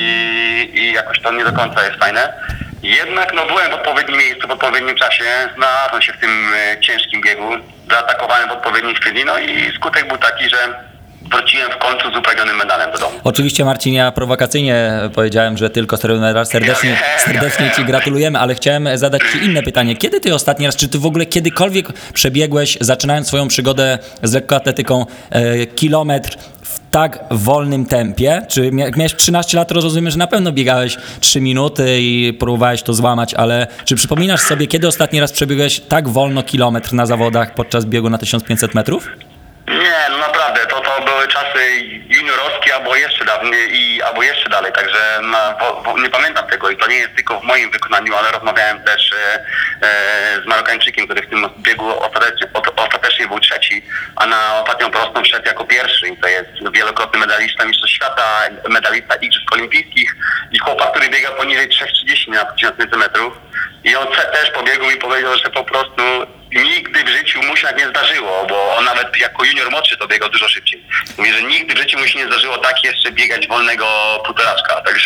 i jakoś to nie do końca jest fajne. Jednak no, byłem w odpowiednim miejscu, w odpowiednim czasie, znalazłem się w tym y, ciężkim biegu, zaatakowałem w odpowiedniej chwili, no i skutek był taki, że wróciłem w końcu z upragnionym medalem do domu. Oczywiście, Marcin, ja prowokacyjnie powiedziałem, że tylko srebrny medal. Serdecznie, serdecznie Ci gratulujemy, ale chciałem zadać Ci inne pytanie. Kiedy Ty ostatni raz, czy Ty w ogóle kiedykolwiek przebiegłeś, zaczynając swoją przygodę z lekkoatletyką, e, kilometr w tak wolnym tempie? Czy jak miałeś trzynaście lat, to rozumiem, że na pewno biegałeś trzy minuty i próbowałeś to złamać, ale czy przypominasz sobie, kiedy ostatni raz przebiegłeś tak wolno kilometr na zawodach podczas biegu na tysiąc pięćset metrów? Nie, no naprawdę, to, to były czasy juniorowskie albo jeszcze dawniej, i, albo jeszcze dalej, także na, bo, bo nie pamiętam tego i to nie jest tylko w moim wykonaniu, ale rozmawiałem też e, e, z Marokańczykiem, który w tym biegu ostatecznie, ostatecznie był trzeci, a na ostatnią prostą wszedł jako pierwszy i to jest wielokrotny medalista Mistrzostw Świata, medalista Igrzysk Olimpijskich i chłopak, który biega poniżej trzy trzydzieści na tysiąc pięćset metrów i on też pobiegł i powiedział, że po prostu nigdy w życiu mu się tak nie zdarzyło, bo on nawet jako junior młodszy to biegał dużo szybciej. Mówi, że nigdy w życiu mu się nie zdarzyło tak jeszcze biegać wolnego półtoraczka. Także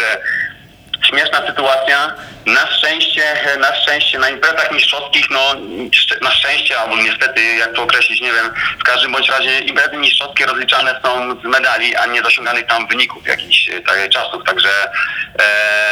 śmieszna sytuacja. Na szczęście, na szczęście na imprezach mistrzowskich, no na szczęście, albo niestety, jak to określić, nie wiem, w każdym bądź razie imprezy mistrzowskie rozliczane są z medali, a nie z osiąganych tam wyników jakichś tak, czasów. Także e,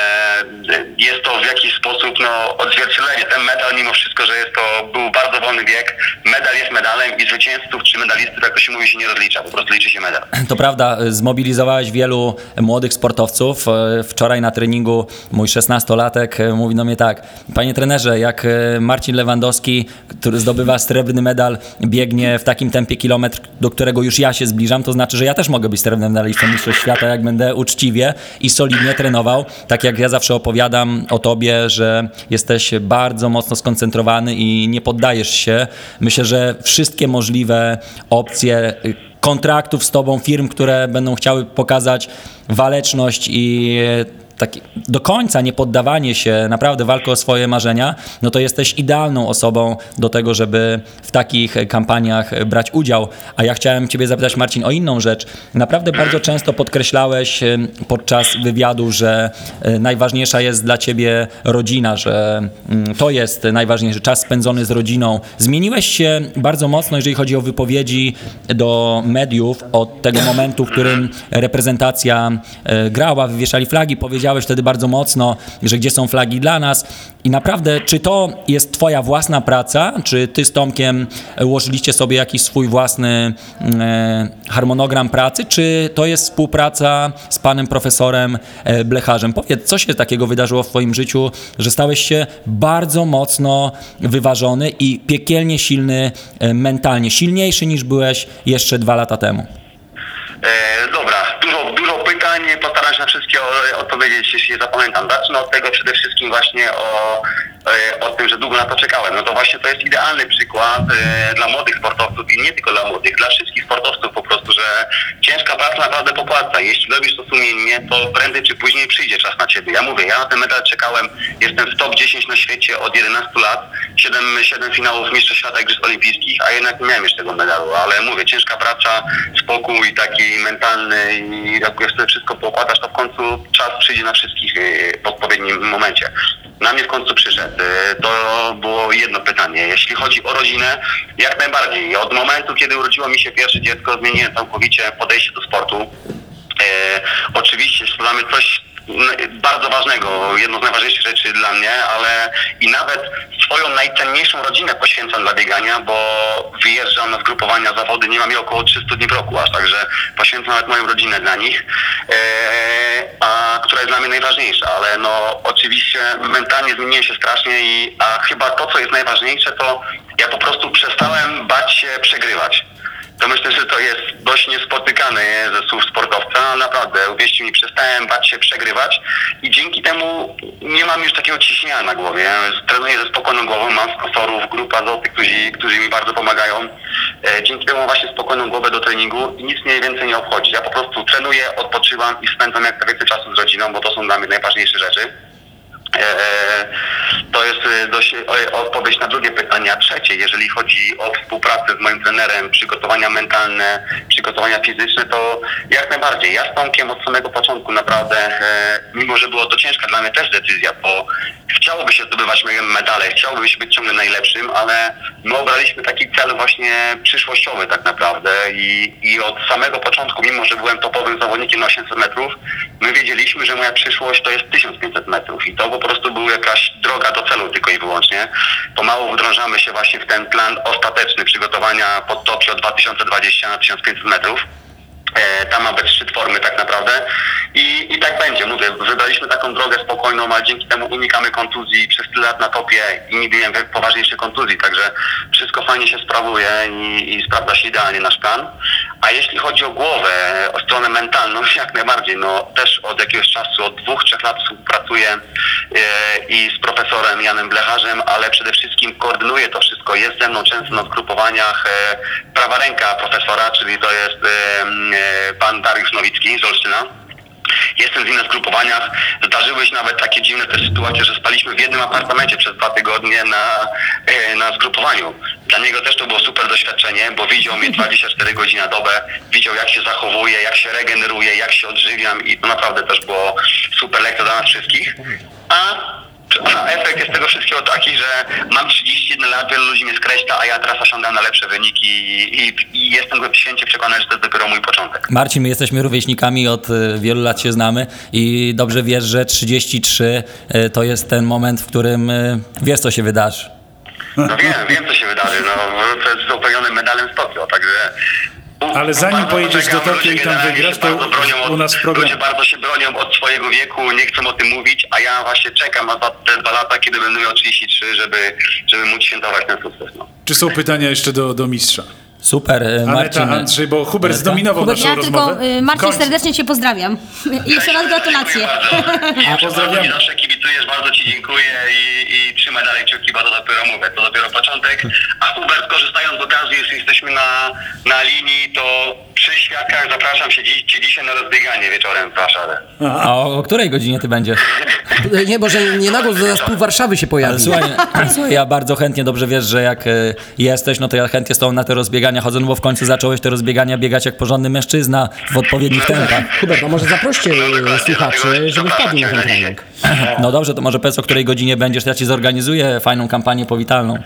jest to w jakiś sposób no, odzwierciedlenie. Ten medal, mimo wszystko, że jest to był bardzo wolny bieg, medal jest medalem i zwycięzców czy medalistów, jak to się mówi, się nie rozlicza, po prostu liczy się medal. To prawda, zmobilizowałeś wielu młodych sportowców. Wczoraj na treningu mój szesnastolatek mówi do mnie tak: panie trenerze, jak Marcin Lewandowski, który zdobywa srebrny medal, biegnie w takim tempie kilometr, do którego już ja się zbliżam, to znaczy, że ja też mogę być srebrnym medalistą Mistrzostw Świata, jak będę uczciwie i solidnie trenował. Tak jak ja zawsze opowiadam o tobie, że jesteś bardzo mocno skoncentrowany i nie poddajesz się. Myślę, że wszystkie możliwe opcje kontraktów z tobą, firm, które będą chciały pokazać waleczność i taki do końca nie poddawanie się, naprawdę walkę o swoje marzenia, no to jesteś idealną osobą do tego, żeby w takich kampaniach brać udział. A ja chciałem ciebie zapytać, Marcin, o inną rzecz. Naprawdę bardzo często podkreślałeś podczas wywiadu, że najważniejsza jest dla ciebie rodzina, że to jest najważniejszy czas spędzony z rodziną. Zmieniłeś się bardzo mocno, jeżeli chodzi o wypowiedzi do mediów od tego momentu, w którym reprezentacja grała, wywieszali flagi, powiedziałeś wtedy bardzo mocno, że gdzie są flagi dla nas i naprawdę, czy to jest twoja własna praca, czy ty z Tomkiem ułożyliście sobie jakiś swój własny e, harmonogram pracy, czy to jest współpraca z panem profesorem e, Blecharzem? Powiedz, co się takiego wydarzyło w twoim życiu, że stałeś się bardzo mocno wyważony i piekielnie silny e, mentalnie, silniejszy niż byłeś jeszcze dwa lata temu? E, dobra, dużo, dużo pytań, postaram się na wszystkie odpowiedzieć, jeśli je zapamiętam. Zacznę od tego przede wszystkim właśnie o, o tym, że długo na to czekałem. No to właśnie to jest idealny przykład e, dla młodych sportowców i nie tylko dla młodych, dla wszystkich sportowców po prostu, że ciężka praca naprawdę popłaca. Jeśli robisz to sumiennie, to prędzej czy później przyjdzie czas na ciebie. Ja mówię, ja na ten medal czekałem, jestem w top dziesięć na świecie od jedenastu lat, siedem finałów Mistrzostw Świata Igrzysk Olimpijskich, a jednak nie miałem jeszcze tego medalu, ale mówię, ciężka praca, spokój taki mentalny i jak sobie wszystko poukładasz, to w końcu czas przyjdzie na wszystkich w odpowiednim momencie. na mnie w końcu przyszedł. To było jedno pytanie. Jeśli chodzi o rodzinę, jak najbardziej. Od momentu, kiedy urodziło mi się pierwsze dziecko, zmieniłem całkowicie podejście do sportu. E, oczywiście sprzedamy coś bardzo ważnego, jedno z najważniejszych rzeczy dla mnie, ale i nawet swoją najcenniejszą rodzinę poświęcam dla biegania, bo wyjeżdżam na zgrupowania, zawody, nie mam je około trzysta dni w roku aż, także poświęcam nawet moją rodzinę dla nich, e, a która jest dla mnie najważniejsza, ale no oczywiście mentalnie zmieniłem się strasznie i a chyba to, co jest najważniejsze, to ja po prostu przestałem bać się przegrywać. To myślę, że to jest dość niespotykane ze słów sportowca. Naprawdę, uwierzcie mi, przestałem bać się przegrywać i dzięki temu nie mam już takiego ciśnienia na głowie. Trenuję ze spokojną głową, mam sponsorów, grupę Azoty, którzy, którzy mi bardzo pomagają. Dzięki temu mam właśnie spokojną głowę do treningu i nic mnie więcej nie obchodzi. Ja po prostu trenuję, odpoczywam i spędzam jak najwięcej czasu z rodziną, bo to są dla mnie najważniejsze rzeczy. To jest dość odpowiedź na drugie pytanie. A trzecie, jeżeli chodzi o współpracę z moim trenerem, przygotowania mentalne, przygotowania fizyczne, to jak najbardziej. Ja z Tomkiem od samego początku naprawdę, mimo że było to ciężka dla mnie też decyzja, bo chciałoby się zdobywać medale, chciałoby się być ciągle najlepszym, ale my obraliśmy taki cel właśnie przyszłościowy tak naprawdę i, i od samego początku, mimo że byłem topowym zawodnikiem na osiemset metrów, my wiedzieliśmy, że moja przyszłość to jest tysiąc pięćset metrów i to po prostu była jakaś droga do celu tylko i wyłącznie. Pomału wdrążamy się właśnie w ten plan ostateczny przygotowania pod Tokio dwa tysiące dwadzieścia na tysiąc pięćset metrów. E, tam ma być szczyt formy tak naprawdę I, i tak będzie, mówię, wybraliśmy taką drogę spokojną, ale dzięki temu unikamy kontuzji przez tyle lat na topie i nigdy nie miałem poważniejszych kontuzji, także wszystko fajnie się sprawuje i, i sprawdza się idealnie nasz plan. A jeśli chodzi o głowę, o stronę mentalną, jak najbardziej, no też od jakiegoś czasu, od dwóch, trzech lat współpracuję e, i z profesorem Janem Blecharzem, ale przede wszystkim koordynuję to wszystko, jest ze mną często na zgrupowaniach e, prawa ręka profesora, czyli to jest e, pan Dariusz Nowicki z Olsztyna. Jestem z nim na zgrupowaniach. Zdarzyły się nawet takie dziwne też sytuacje, że spaliśmy w jednym apartamencie przez dwa tygodnie na, na zgrupowaniu. Dla niego też to było super doświadczenie, bo widział mnie dwadzieścia cztery godziny na dobę, widział jak się zachowuję, jak się regeneruję, jak się odżywiam i to naprawdę też było super lekcja dla nas wszystkich. A A efekt jest tego wszystkiego taki, że mam trzydzieści jeden lat, wielu ludzi mnie skreśla, a ja teraz osiągam na lepsze wyniki i, i, i jestem święcie przekonany, że to jest dopiero mój początek. Marcin, my jesteśmy rówieśnikami, od wielu lat się znamy i dobrze wiesz, że trzydzieści trzy to jest ten moment, w którym wiesz, co się wydarzy. No wiem, wiem, co się wydarzy. No, to jest upełniony medalem z Tokio, także... Ale zanim pojedziesz do Tokio i tam wygrasz, to u nas w programie. Ludzie bardzo się bronią od swojego wieku, nie chcą o tym mówić, a ja właśnie czekam na te dwa lata, kiedy będę miał trzydzieści trzy, żeby, żeby móc świętować ten sukces. No. Czy są pytania jeszcze do, do mistrza? Super, Marcin. Aneta, Andrzej, bo Hubert zdominował naszą ja rozmowę. tylko, Marcin, serdecznie Cię pozdrawiam. I jeszcze raz gratulacje. Ja pozdrawiam. Zawsze kibicujesz, bardzo Ci dziękuję i, i trzymaj dalej kciuki, bo to dopiero mówię, to dopiero początek. A Hubert, korzystając z okazji, jeśli jesteśmy na, na linii, to przy świadkach zapraszam się dziś, Cię dzisiaj na rozbieganie wieczorem w Warszawie. A o, o której godzinie Ty będziesz? Nie, bo że nie na głos, zaraz pół Warszawy się pojawi. Słuchaj, słuchaj, ja bardzo chętnie, dobrze wiesz, że jak y, jesteś, no to ja chętnie z tobą na te rozbiegania chodzę, no bo w końcu zacząłeś te rozbiegania biegać jak porządny mężczyzna w odpowiednich tempach. Hubert, a może zaproście no, słuchaczy, żeby wpadli na ten trening. No dobrze, to może powiedz, o której godzinie będziesz, to ja Ci zorganizuję fajną kampanię powitalną.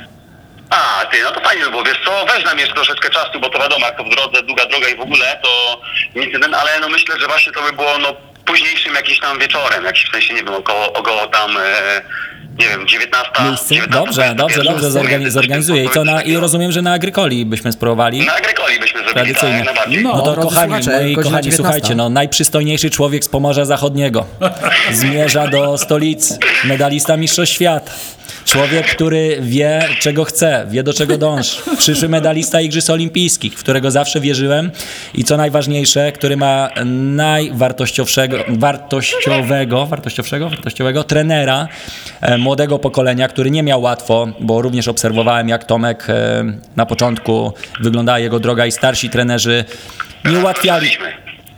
A, ty, no to fajnie by było, wiesz co, weź nam jeszcze troszeczkę czasu, bo to wiadomo, jak to w drodze, długa droga i w ogóle, to nic jeden, ale no myślę, że właśnie to by było, no, późniejszym jakimś tam wieczorem, jakiś w sensie, nie wiem, około, około tam, e, nie wiem, dziewiętnasta... Miejsce? Dobrze, dobrze, dobrze, zorganiz- zorganizuję. I co, na, i rozumiem, że na Agrykoli byśmy spróbowali? Na Agrykoli byśmy zrobili, tradycyjnie. tak, najbardziej. No, no to drodzy kochani, słuchacze, moi godzina kochani, dziewiętnasta. słuchajcie, no najprzystojniejszy człowiek z Pomorza Zachodniego zmierza do stolicy, medalista mistrzostw świata. Człowiek, który wie, czego chce, wie, do czego dąży. Przyszły medalista Igrzysk Olimpijskich, w którego zawsze wierzyłem i co najważniejsze, który ma najwartościowszego, wartościowego, wartościowego, wartościowego trenera e, młodego pokolenia, który nie miał łatwo, bo również obserwowałem, jak Tomek e, na początku wyglądała jego droga i starsi trenerzy nie ułatwiali.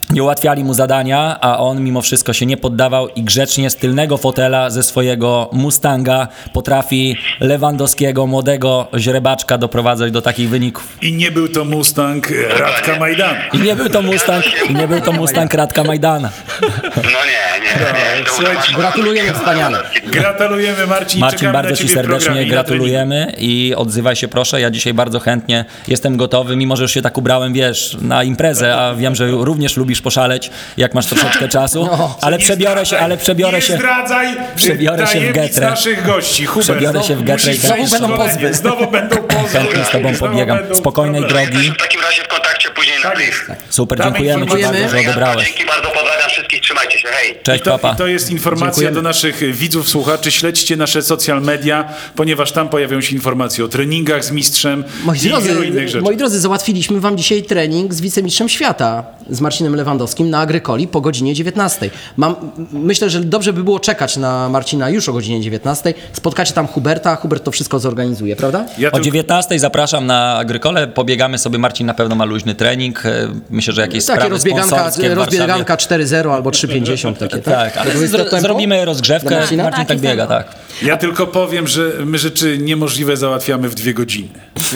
nie ułatwiali mu zadania, a on mimo wszystko się nie poddawał i grzecznie z tylnego fotela ze swojego Mustanga potrafi Lewandowskiego, młodego źrebaczka doprowadzać do takich wyników. I nie był to Mustang Radka Majdana. I nie był to Mustang, i nie był to Mustang Radka Majdana. No nie, nie, nie. To Słuchajcie, Gratulujemy wspaniale. Gratulujemy, Marcin. Marcin, Czekamy bardzo na Ci ciebie w programie serdecznie i na gratulujemy i odzywaj się proszę. Ja dzisiaj bardzo chętnie jestem gotowy, mimo że już się tak ubrałem, wiesz, na imprezę, a wiem, że również lubisz poszaleć, jak masz troszeczkę czasu, No, ale nie przebiorę się, zdradzaj, ale przebiorę nie się, zdradzaj przebiorę się w tajemnic getrę. naszych gości. Hubert, Przebiorę się w getrę musisz i tak. przejść Znowu będą szkolenie. pozwy. Znowu będą pozwy. Chętnie z tobą Znowu pobiegam. będą Spokojnej problemy. drogi. w takim razie w kontakcie później na Tak live. jest. Super, Damy dziękujemy Ci informację. bardzo, że odebrałeś. Dzięki bardzo, pozdrawiam wszystkich, trzymajcie się, hej. Cześć, I to, papa. I to jest informacja Dziękujemy. do naszych widzów, słuchaczy. Śledźcie nasze social media, ponieważ tam pojawią się informacje o treningach z mistrzem Moi i drodzy, wielu innych rzeczy. moi drodzy, załatwiliśmy wam dzisiaj trening z wicemistrzem świata, z Marcinem Lewandowskim na Agrykoli po godzinie dziewiętnastej. Mam, myślę, że dobrze by było czekać na Marcina już o godzinie dziewiętnastej. Spotkacie tam Huberta, Hubert to wszystko zorganizuje, prawda? Ja O tylko- dziewiętnastej zapraszam na Agrykole, pobiegamy sobie, Marcin na pewno ma luźny trening, E, myślę, że jakieś Takie sprawy rozbieganka, sponsorskie w rozbieganka cztery zero albo trzy pięćdziesiąt takie, tak? Tak, ale To jest to zro- tempo? zrobimy rozgrzewkę, Dla Marcin Marcina? tak Takie biega, tempo. tak. Ja tylko powiem, że my rzeczy niemożliwe załatwiamy w dwie godziny.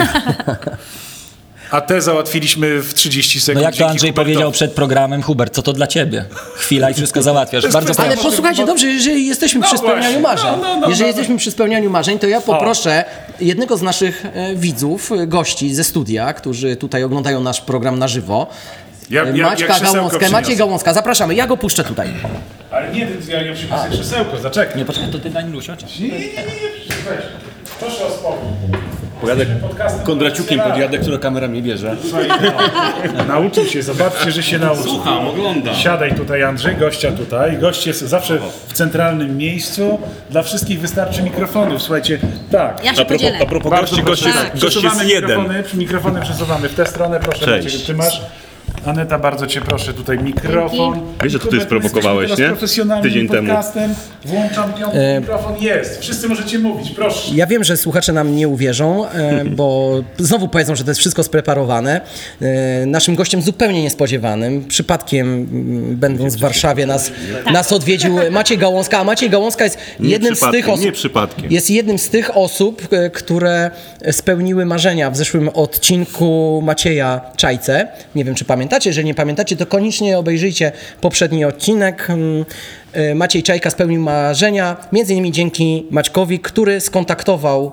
A te załatwiliśmy w trzydzieści No sekund. jak to dzięki Andrzej Hubertowi. powiedział przed programem, Hubert, co to dla ciebie? Chwila i wszystko załatwiasz. Bardzo kwestia- Ale proszę. posłuchajcie, dobrze, jeżeli jesteśmy No przy spełnianiu właśnie. marzeń, No, no, no, jeżeli no. jesteśmy przy spełnianiu marzeń, to ja poproszę jednego z naszych e, widzów, e, gości ze studia, którzy tutaj oglądają nasz program na żywo, Ja, e, ja, jak Maćka krzesełko Gałązkę. przyniosę. Maciej Gałązka, zapraszamy, ja go puszczę tutaj. Ale nie, ja nie przyniosę krzesełko, zaczekaj. Nie, poczekaj, to ty Danielu siądź. Nie, nie, nie, nie, weź. Proszę o spokój. Pojadę Kondraciukiem, podjadę, która kamera mnie bierze. Słuchaj, no, nauczył się, zobaczcie, że się nauczył. Słucham, oglądam. Siadaj tutaj, Andrzej, gościa tutaj. Gość jest zawsze w centralnym miejscu. Dla wszystkich wystarczy mikrofonów. Słuchajcie, tak. Ja się A propos, podzielę. a propos Bardzo gości, gości, proszę. jest, gości Przesuwamy jest jeden. mikrofony, mikrofony przesuwamy w tę stronę, proszę. Cześć. Maciek, ty masz. Aneta, bardzo cię proszę, tutaj mikrofon. Wiesz, że to ty Hubert, my sprowokowałeś, jesteśmy teraz nie? profesjonalnym Tydzień temu. podcastem. Włączam piąty E, mikrofon, jest. Wszyscy możecie mówić, proszę. Ja wiem, że słuchacze nam nie uwierzą, e, bo znowu powiedzą, że to jest wszystko spreparowane. E, Naszym gościem zupełnie niespodziewanym, przypadkiem m, będąc w Warszawie nas, nas odwiedził Maciej Gałązka, a Maciej Gałązka jest Nie jednym z tych przypadkiem, osób, nie przypadkiem. jest jednym z tych osób, e, które spełniły marzenia w zeszłym odcinku Macieja Czajce. Nie wiem, czy pamiętacie, jeżeli nie pamiętacie, to koniecznie obejrzyjcie poprzedni odcinek. Mm, e, Maciej Czajka spełnił marzenia, między innymi dzięki Maćkowi, który skontaktował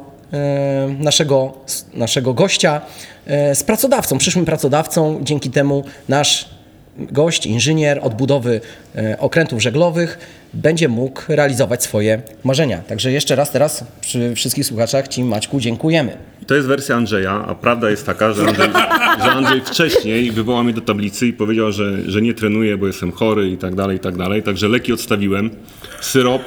e, naszego, s- naszego gościa e, z pracodawcą, przyszłym pracodawcą. Dzięki temu nasz gość, inżynier odbudowy e, okrętów żeglowych będzie mógł realizować swoje marzenia. Także jeszcze raz teraz przy wszystkich słuchaczach Ci, Maćku, dziękujemy. To jest wersja Andrzeja, a prawda jest taka, że Andrzej, że Andrzej wcześniej wywołał mnie do tablicy i powiedział, że, że nie trenuje, bo jestem chory i tak dalej, i tak dalej. Także leki odstawiłem, syrop,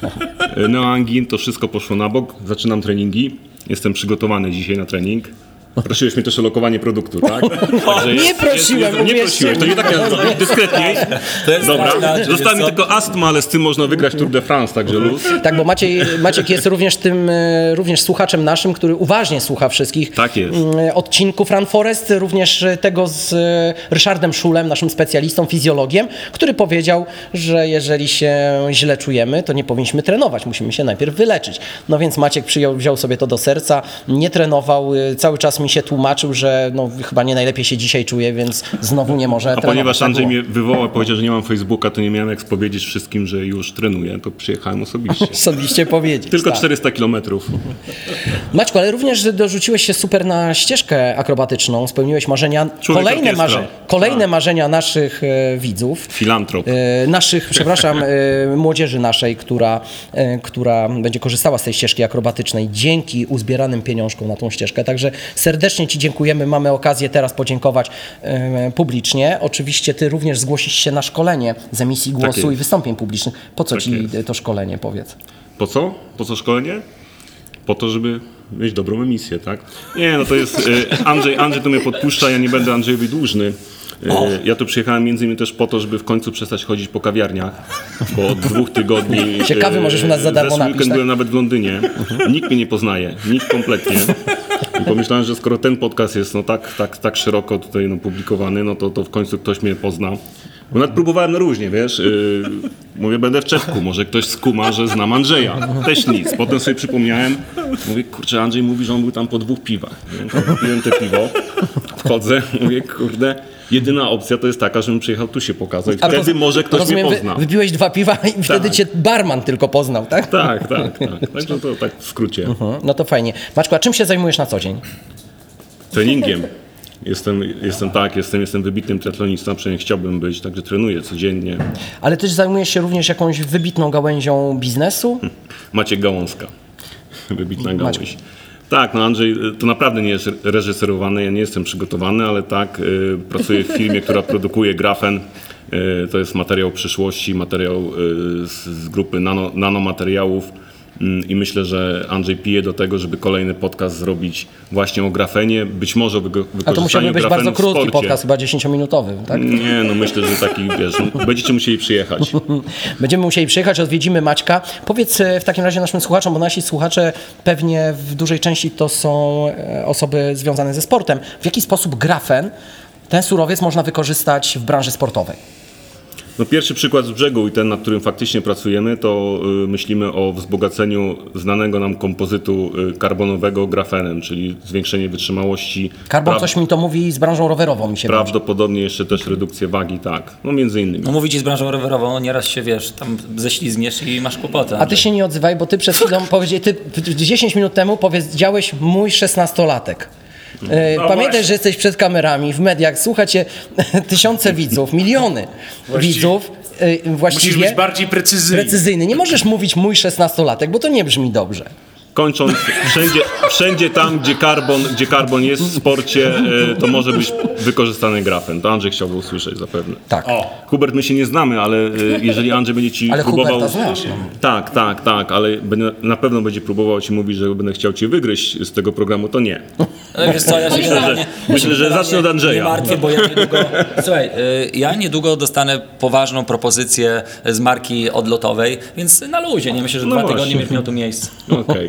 neoangin, to wszystko poszło na bok. Zaczynam treningi. Jestem przygotowany dzisiaj na trening. Prosiłeś mnie też o lokowanie produktu, tak? Także Nie prosiłem, nie uwierzcie prosiłeś, to mi. nie tak miałem zrobić, dyskretniej. To jest Dobra, prawda, została mi co? tylko astma, ale z tym można wygrać Tour de France, także luz. Tak, bo Maciej, Maciek jest również tym, e, również słuchaczem naszym, który uważnie słucha wszystkich Tak jest. mm, odcinków Run Forest, również e, tego z e, Ryszardem Szulem, naszym specjalistą, fizjologiem, który powiedział, że jeżeli się źle czujemy, to nie powinniśmy trenować, musimy się najpierw wyleczyć. No więc Maciek przyjął, wziął sobie to do serca, nie trenował, e, cały czas mi się tłumaczył, że no, chyba nie najlepiej się dzisiaj czuje, więc znowu nie może A trenować. ponieważ Tak Andrzej było. mnie wywołał, powiedział, że nie mam Facebooka, to nie miałem jak powiedzieć wszystkim, że już trenuję, to przyjechałem osobiście. Osobiście powiedzieć. Tylko tak. czterysta kilometrów. Maćku, ale również dorzuciłeś się super na ścieżkę akrobatyczną, spełniłeś marzenia, Człowiek kolejne, orkiestra. marze, kolejne Tak. marzenia naszych e, widzów. Filantrop. E, naszych, przepraszam, e, młodzieży naszej, która, e, która będzie korzystała z tej ścieżki akrobatycznej dzięki uzbieranym pieniążkom na tą ścieżkę. Także serdecznie Ci dziękujemy. Mamy okazję teraz podziękować e, publicznie. Oczywiście Ty również zgłosisz się na szkolenie z emisji głosu jest. i wystąpień publicznych. Po co Tak Ci jest. to szkolenie, powiedz? Po co? Po co szkolenie? Po to, żeby mieć dobrą emisję, tak? Nie, no to jest... y, Andrzej, Andrzej to mnie podpuszcza, ja nie będę Andrzejowi dłużny. Y, Ja tu przyjechałem między innymi też po to, żeby w końcu przestać chodzić po kawiarniach. Po dwóch tygodni... Ciekawy, y, możesz u nas za darmo zeszły napić, weekend tak? byłem nawet w Londynie. Nikt mnie nie poznaje. Nikt kompletnie. I pomyślałem, że skoro ten podcast jest no tak, tak, tak szeroko tutaj no, publikowany, no to, to w końcu ktoś mnie pozna. Bo nawet próbowałem na różnie, wiesz, yy, mówię, będę w Czechku, może ktoś skuma, że znam Andrzeja. Też nic. Potem sobie przypomniałem, mówię, kurczę, Andrzej mówi, że on był tam po dwóch piwach. Piłem te piwo, wchodzę, mówię, kurde, jedyna opcja to jest taka, żebym przyjechał tu się pokazać. A Wtedy to, może ktoś rozumiem, mnie pozna. Wy, wypiłeś dwa piwa i wtedy Tak. cię barman tylko poznał, tak? Tak, tak, tak. Także to tak w skrócie. Mhm, no to fajnie. Maćku, a czym się zajmujesz na co dzień? Treningiem. Jestem, jestem tak, jestem, jestem wybitnym triatlonistą, przynajmniej chciałbym być, także trenuję codziennie. Ale ty zajmujesz się również jakąś wybitną gałęzią biznesu? Maciek Gałązka. Wybitna gałąź. Tak, no Andrzej, to naprawdę nie jest reżyserowane, ja nie jestem przygotowany, ale tak, y, pracuję w firmie, która produkuje grafen. Y, to jest materiał przyszłości, materiał y, z, z grupy nano, nanomateriałów. I myślę, że Andrzej pije do tego, żeby kolejny podcast zrobić właśnie o grafenie, być może o wykorzystaniu A to musiałby być grafenu bardzo w krótki sporcie. podcast, chyba dziesięciominutowy, tak? Nie, no myślę, że taki, wiesz, będziecie musieli przyjechać. Będziemy musieli przyjechać, odwiedzimy Maćka. Powiedz w takim razie naszym słuchaczom, bo nasi słuchacze pewnie w dużej części to są osoby związane ze sportem. W jaki sposób grafen, ten surowiec można wykorzystać w branży sportowej? No pierwszy przykład z brzegu i ten, nad którym faktycznie pracujemy, to y, myślimy o wzbogaceniu znanego nam kompozytu y, karbonowego grafenem, czyli zwiększenie wytrzymałości. Karbon pra- coś mi to mówi z branżą rowerową, mi się wydaje. Prawdopodobnie jeszcze też redukcję wagi, tak. No między innymi. No mówić z branżą rowerową, nieraz się, wiesz, tam ześlizgniesz i masz kłopoty. A ty się nie odzywaj, bo ty przed chwilą powiedziałeś, ty dziesięć minut temu powiedziałeś mój szesnastolatek. No Pamiętaj, właśnie. że jesteś przed kamerami, w mediach, słuchacie tysiące widzów, miliony Właściwie- widzów. y, Właściwie Musisz być bardziej precyzyjny. precyzyjny. Nie możesz mówić mój szesnastolatek, bo to nie brzmi dobrze. Kończąc, wszędzie, wszędzie tam, gdzie karbon, gdzie karbon jest w sporcie, y, to może być wykorzystany grafen. To Andrzej chciałby usłyszeć zapewne. Tak. Hubert, my się nie znamy, ale y, jeżeli Andrzej będzie ci Ale próbował... Huberta znasz, no. Tak, tak, tak, ale będę, na pewno będzie próbował ci mówić, że będę chciał cię wygryźć z tego programu, to nie. Ale wiesz co, ja się Myślę, że- generalnie- myślę, że generalnie zacznę od Andrzeja. Nie martwię, bo ja niedługo, słuchaj, y, ja niedługo dostanę poważną propozycję z marki odlotowej, więc na luzie, nie myślę, że No dwa właśnie. tygodnie będziesz miał tu miejsce. Okej.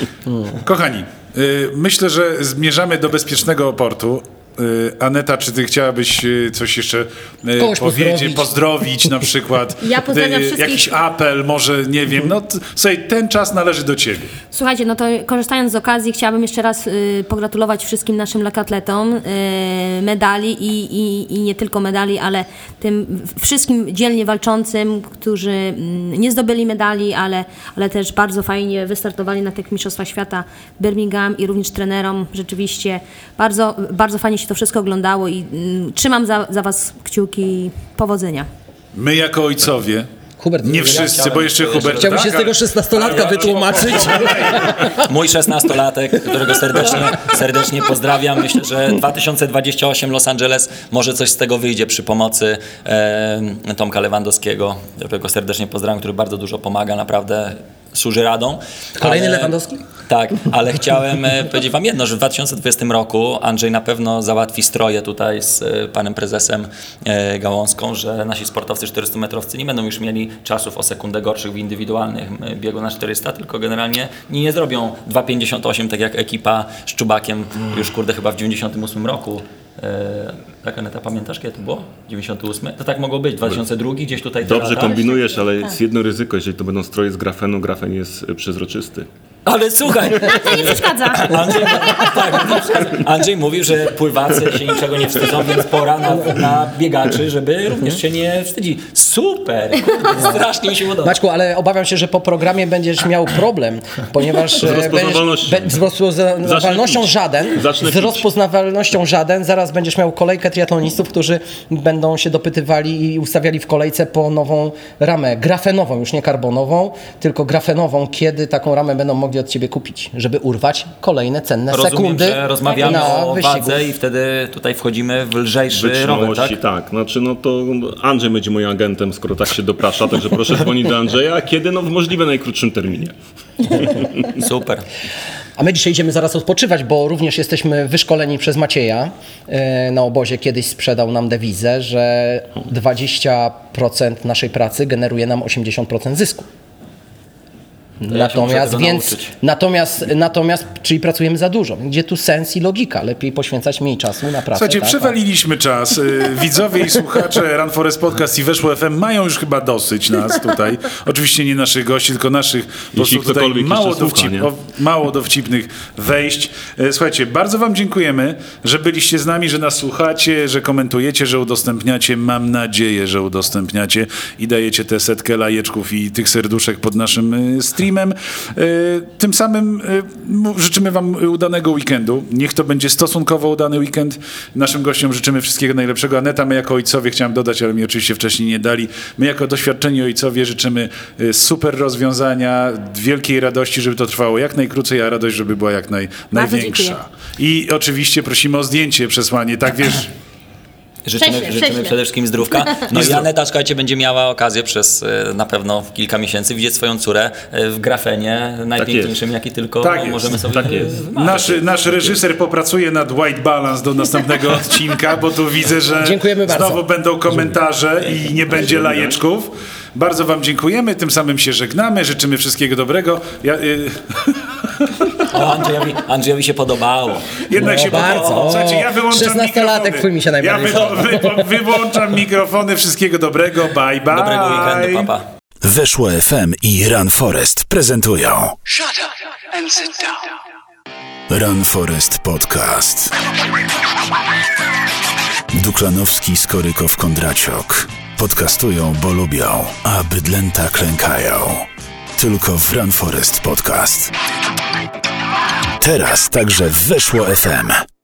Kochani, y, myślę, że zmierzamy do bezpiecznego portu. Y, Aneta, czy ty chciałabyś y, coś jeszcze y, Kogoś powiedzieć, pozdrowić. pozdrowić na przykład? Ja pozdrawiam Y, wszystkich. Jakiś apel, może, nie wiem, no t- słuchaj, ten czas należy do ciebie. Słuchajcie, no to korzystając z okazji chciałabym jeszcze raz y, pogratulować wszystkim naszym lekatletom y, medali i, i, i nie tylko medali, ale tym wszystkim dzielnie walczącym, którzy mm, nie zdobyli medali, ale, ale też bardzo fajnie wystartowali na tych Mistrzostwach Świata w Birmingham i również trenerom. Rzeczywiście bardzo, bardzo fajnie się to wszystko oglądało i mm, trzymam za, za was kciuki. Powodzenia. My jako ojcowie, Hubert, nie ja wszyscy, chciałem- bo jeszcze Hubert... Chciałbyś się tak, z tego ale- szesnastolatka ale- wytłumaczyć? Mój szesnastolatek, którego serdecznie, serdecznie pozdrawiam. Myślę, że dwa tysiące dwudziesty ósmy Los Angeles może coś z tego wyjdzie przy pomocy e, Tomka Lewandowskiego, którego serdecznie pozdrawiam, który bardzo dużo pomaga, naprawdę służy radą. Kolejny Ale- Lewandowski? Tak, ale chciałem e, powiedzieć wam jedno, że w dwa tysiące dwudziestym roku Andrzej na pewno załatwi stroje tutaj z e, panem prezesem e, Gałązką, że nasi sportowcy czterystometrowcy nie będą już mieli czasów o sekundę gorszych w indywidualnym e, biegu na czterysta, tylko generalnie nie, nie zrobią dwa pięćdziesiąt osiem, tak jak ekipa z Czubakiem już kurde chyba w dziewięćdziesiątym ósmym roku. E, tak, Aneta, pamiętasz, kiedy to było? dziewięćdziesiąty ósmy? To tak mogło być, dwa tysiące drugi, gdzieś tutaj te Dobrze lata. kombinujesz, ale jest jedno ryzyko, jeżeli to będą stroje z grafenu, grafen jest y, przezroczysty. Ale słuchaj, To nie przeszkadza. Andrzej, tak, Andrzej mówił, że pływacy się niczego nie wstydzą, więc pora na, na biegaczy, żeby również się nie wstydzić. Super! Kurde, strasznie mi się podoba. Maćku, ale obawiam się, że po programie będziesz miał problem, ponieważ e, rozpoznawalnością. będziesz- be- z rozpoznawalnością pić. żaden, Zacznę z pić. rozpoznawalnością żaden, zaraz będziesz miał kolejkę triatlonistów, którzy będą się dopytywali i ustawiali w kolejce po nową ramę grafenową, już nie karbonową, tylko grafenową, kiedy taką ramę będą mogli od ciebie kupić, żeby urwać kolejne cenne Rozumiem, sekundy że rozmawiamy na o wyścigu. wadze i wtedy tutaj wchodzimy w lżejszy rower, Wytrzymałości, tak? tak. Znaczy, no to Andrzej będzie moim agentem, skoro tak się doprasza, także proszę dzwonić do Andrzeja, kiedy? No w możliwie najkrótszym terminie. Super. A my dzisiaj idziemy zaraz odpoczywać, bo również jesteśmy wyszkoleni przez Macieja e, na obozie. Kiedyś sprzedał nam dewizę, że dwadzieścia procent naszej pracy generuje nam osiemdziesiąt procent zysku. Natomiast, ja więc, natomiast, natomiast, czyli pracujemy za dużo. Gdzie tu sens i logika? Lepiej poświęcać mniej czasu na pracę. Słuchajcie, tak? przewaliliśmy czas. Y, Widzowie i słuchacze Run Forest Podcast i Weszło F M mają już chyba dosyć nas tutaj. Oczywiście nie naszych gości, tylko naszych po prostu tutaj mało, dowcip, słucha, o, mało dowcipnych wejść. Y, Słuchajcie, bardzo wam dziękujemy, że byliście z nami, że nas słuchacie, że komentujecie, że udostępniacie. Mam nadzieję, że udostępniacie i dajecie tę setkę lajeczków i tych serduszek pod naszym y, streamem. Y, Tym samym y, życzymy wam udanego weekendu. Niech to będzie stosunkowo udany weekend. Naszym gościom życzymy wszystkiego najlepszego. Aneta, my jako ojcowie, chciałem dodać, ale mi oczywiście wcześniej nie dali, my jako doświadczeni ojcowie życzymy y, super rozwiązania, wielkiej radości, żeby to trwało jak najkrócej, a radość, żeby była jak naj, największa. dziękuję. I oczywiście prosimy o zdjęcie, przesłanie, tak wiesz... Życzymy, Prześlę, życzymy prześlę. przede wszystkim zdrówka. No i Aneta, słuchajcie, będzie miała okazję przez e, na pewno kilka miesięcy widzieć swoją córę e, w grafenie najpiękniejszym, jaki tylko Tak jest. możemy sobie Tak jest. Nasz, nasz reżyser popracuje nad White Balance do następnego odcinka, bo tu widzę, że Dziękujemy bardzo. znowu będą komentarze i nie będzie lajeczków. Bardzo wam dziękujemy, tym samym się żegnamy, życzymy wszystkiego dobrego. Ja, y... O, Andrzejowi, Andrzejowi się podobało. Jednak No się bardzo. podobało. Słuchajcie, ja wyłączam szesnastolatek mikrofony. twój mi się najbardziej Ja wy, wy, wyłączam mikrofony, wszystkiego dobrego, bye bye. Dobrego weekendu, papa. Weszło F M i Run Forest prezentują Shut up and sit down. Run Forest Podcast. Duklanowski, Skorykow, Kondraciok. Podcastują, bo lubią, a bydlęta klękają. Tylko w Run Forest Podcast. Teraz także w Weszło F M.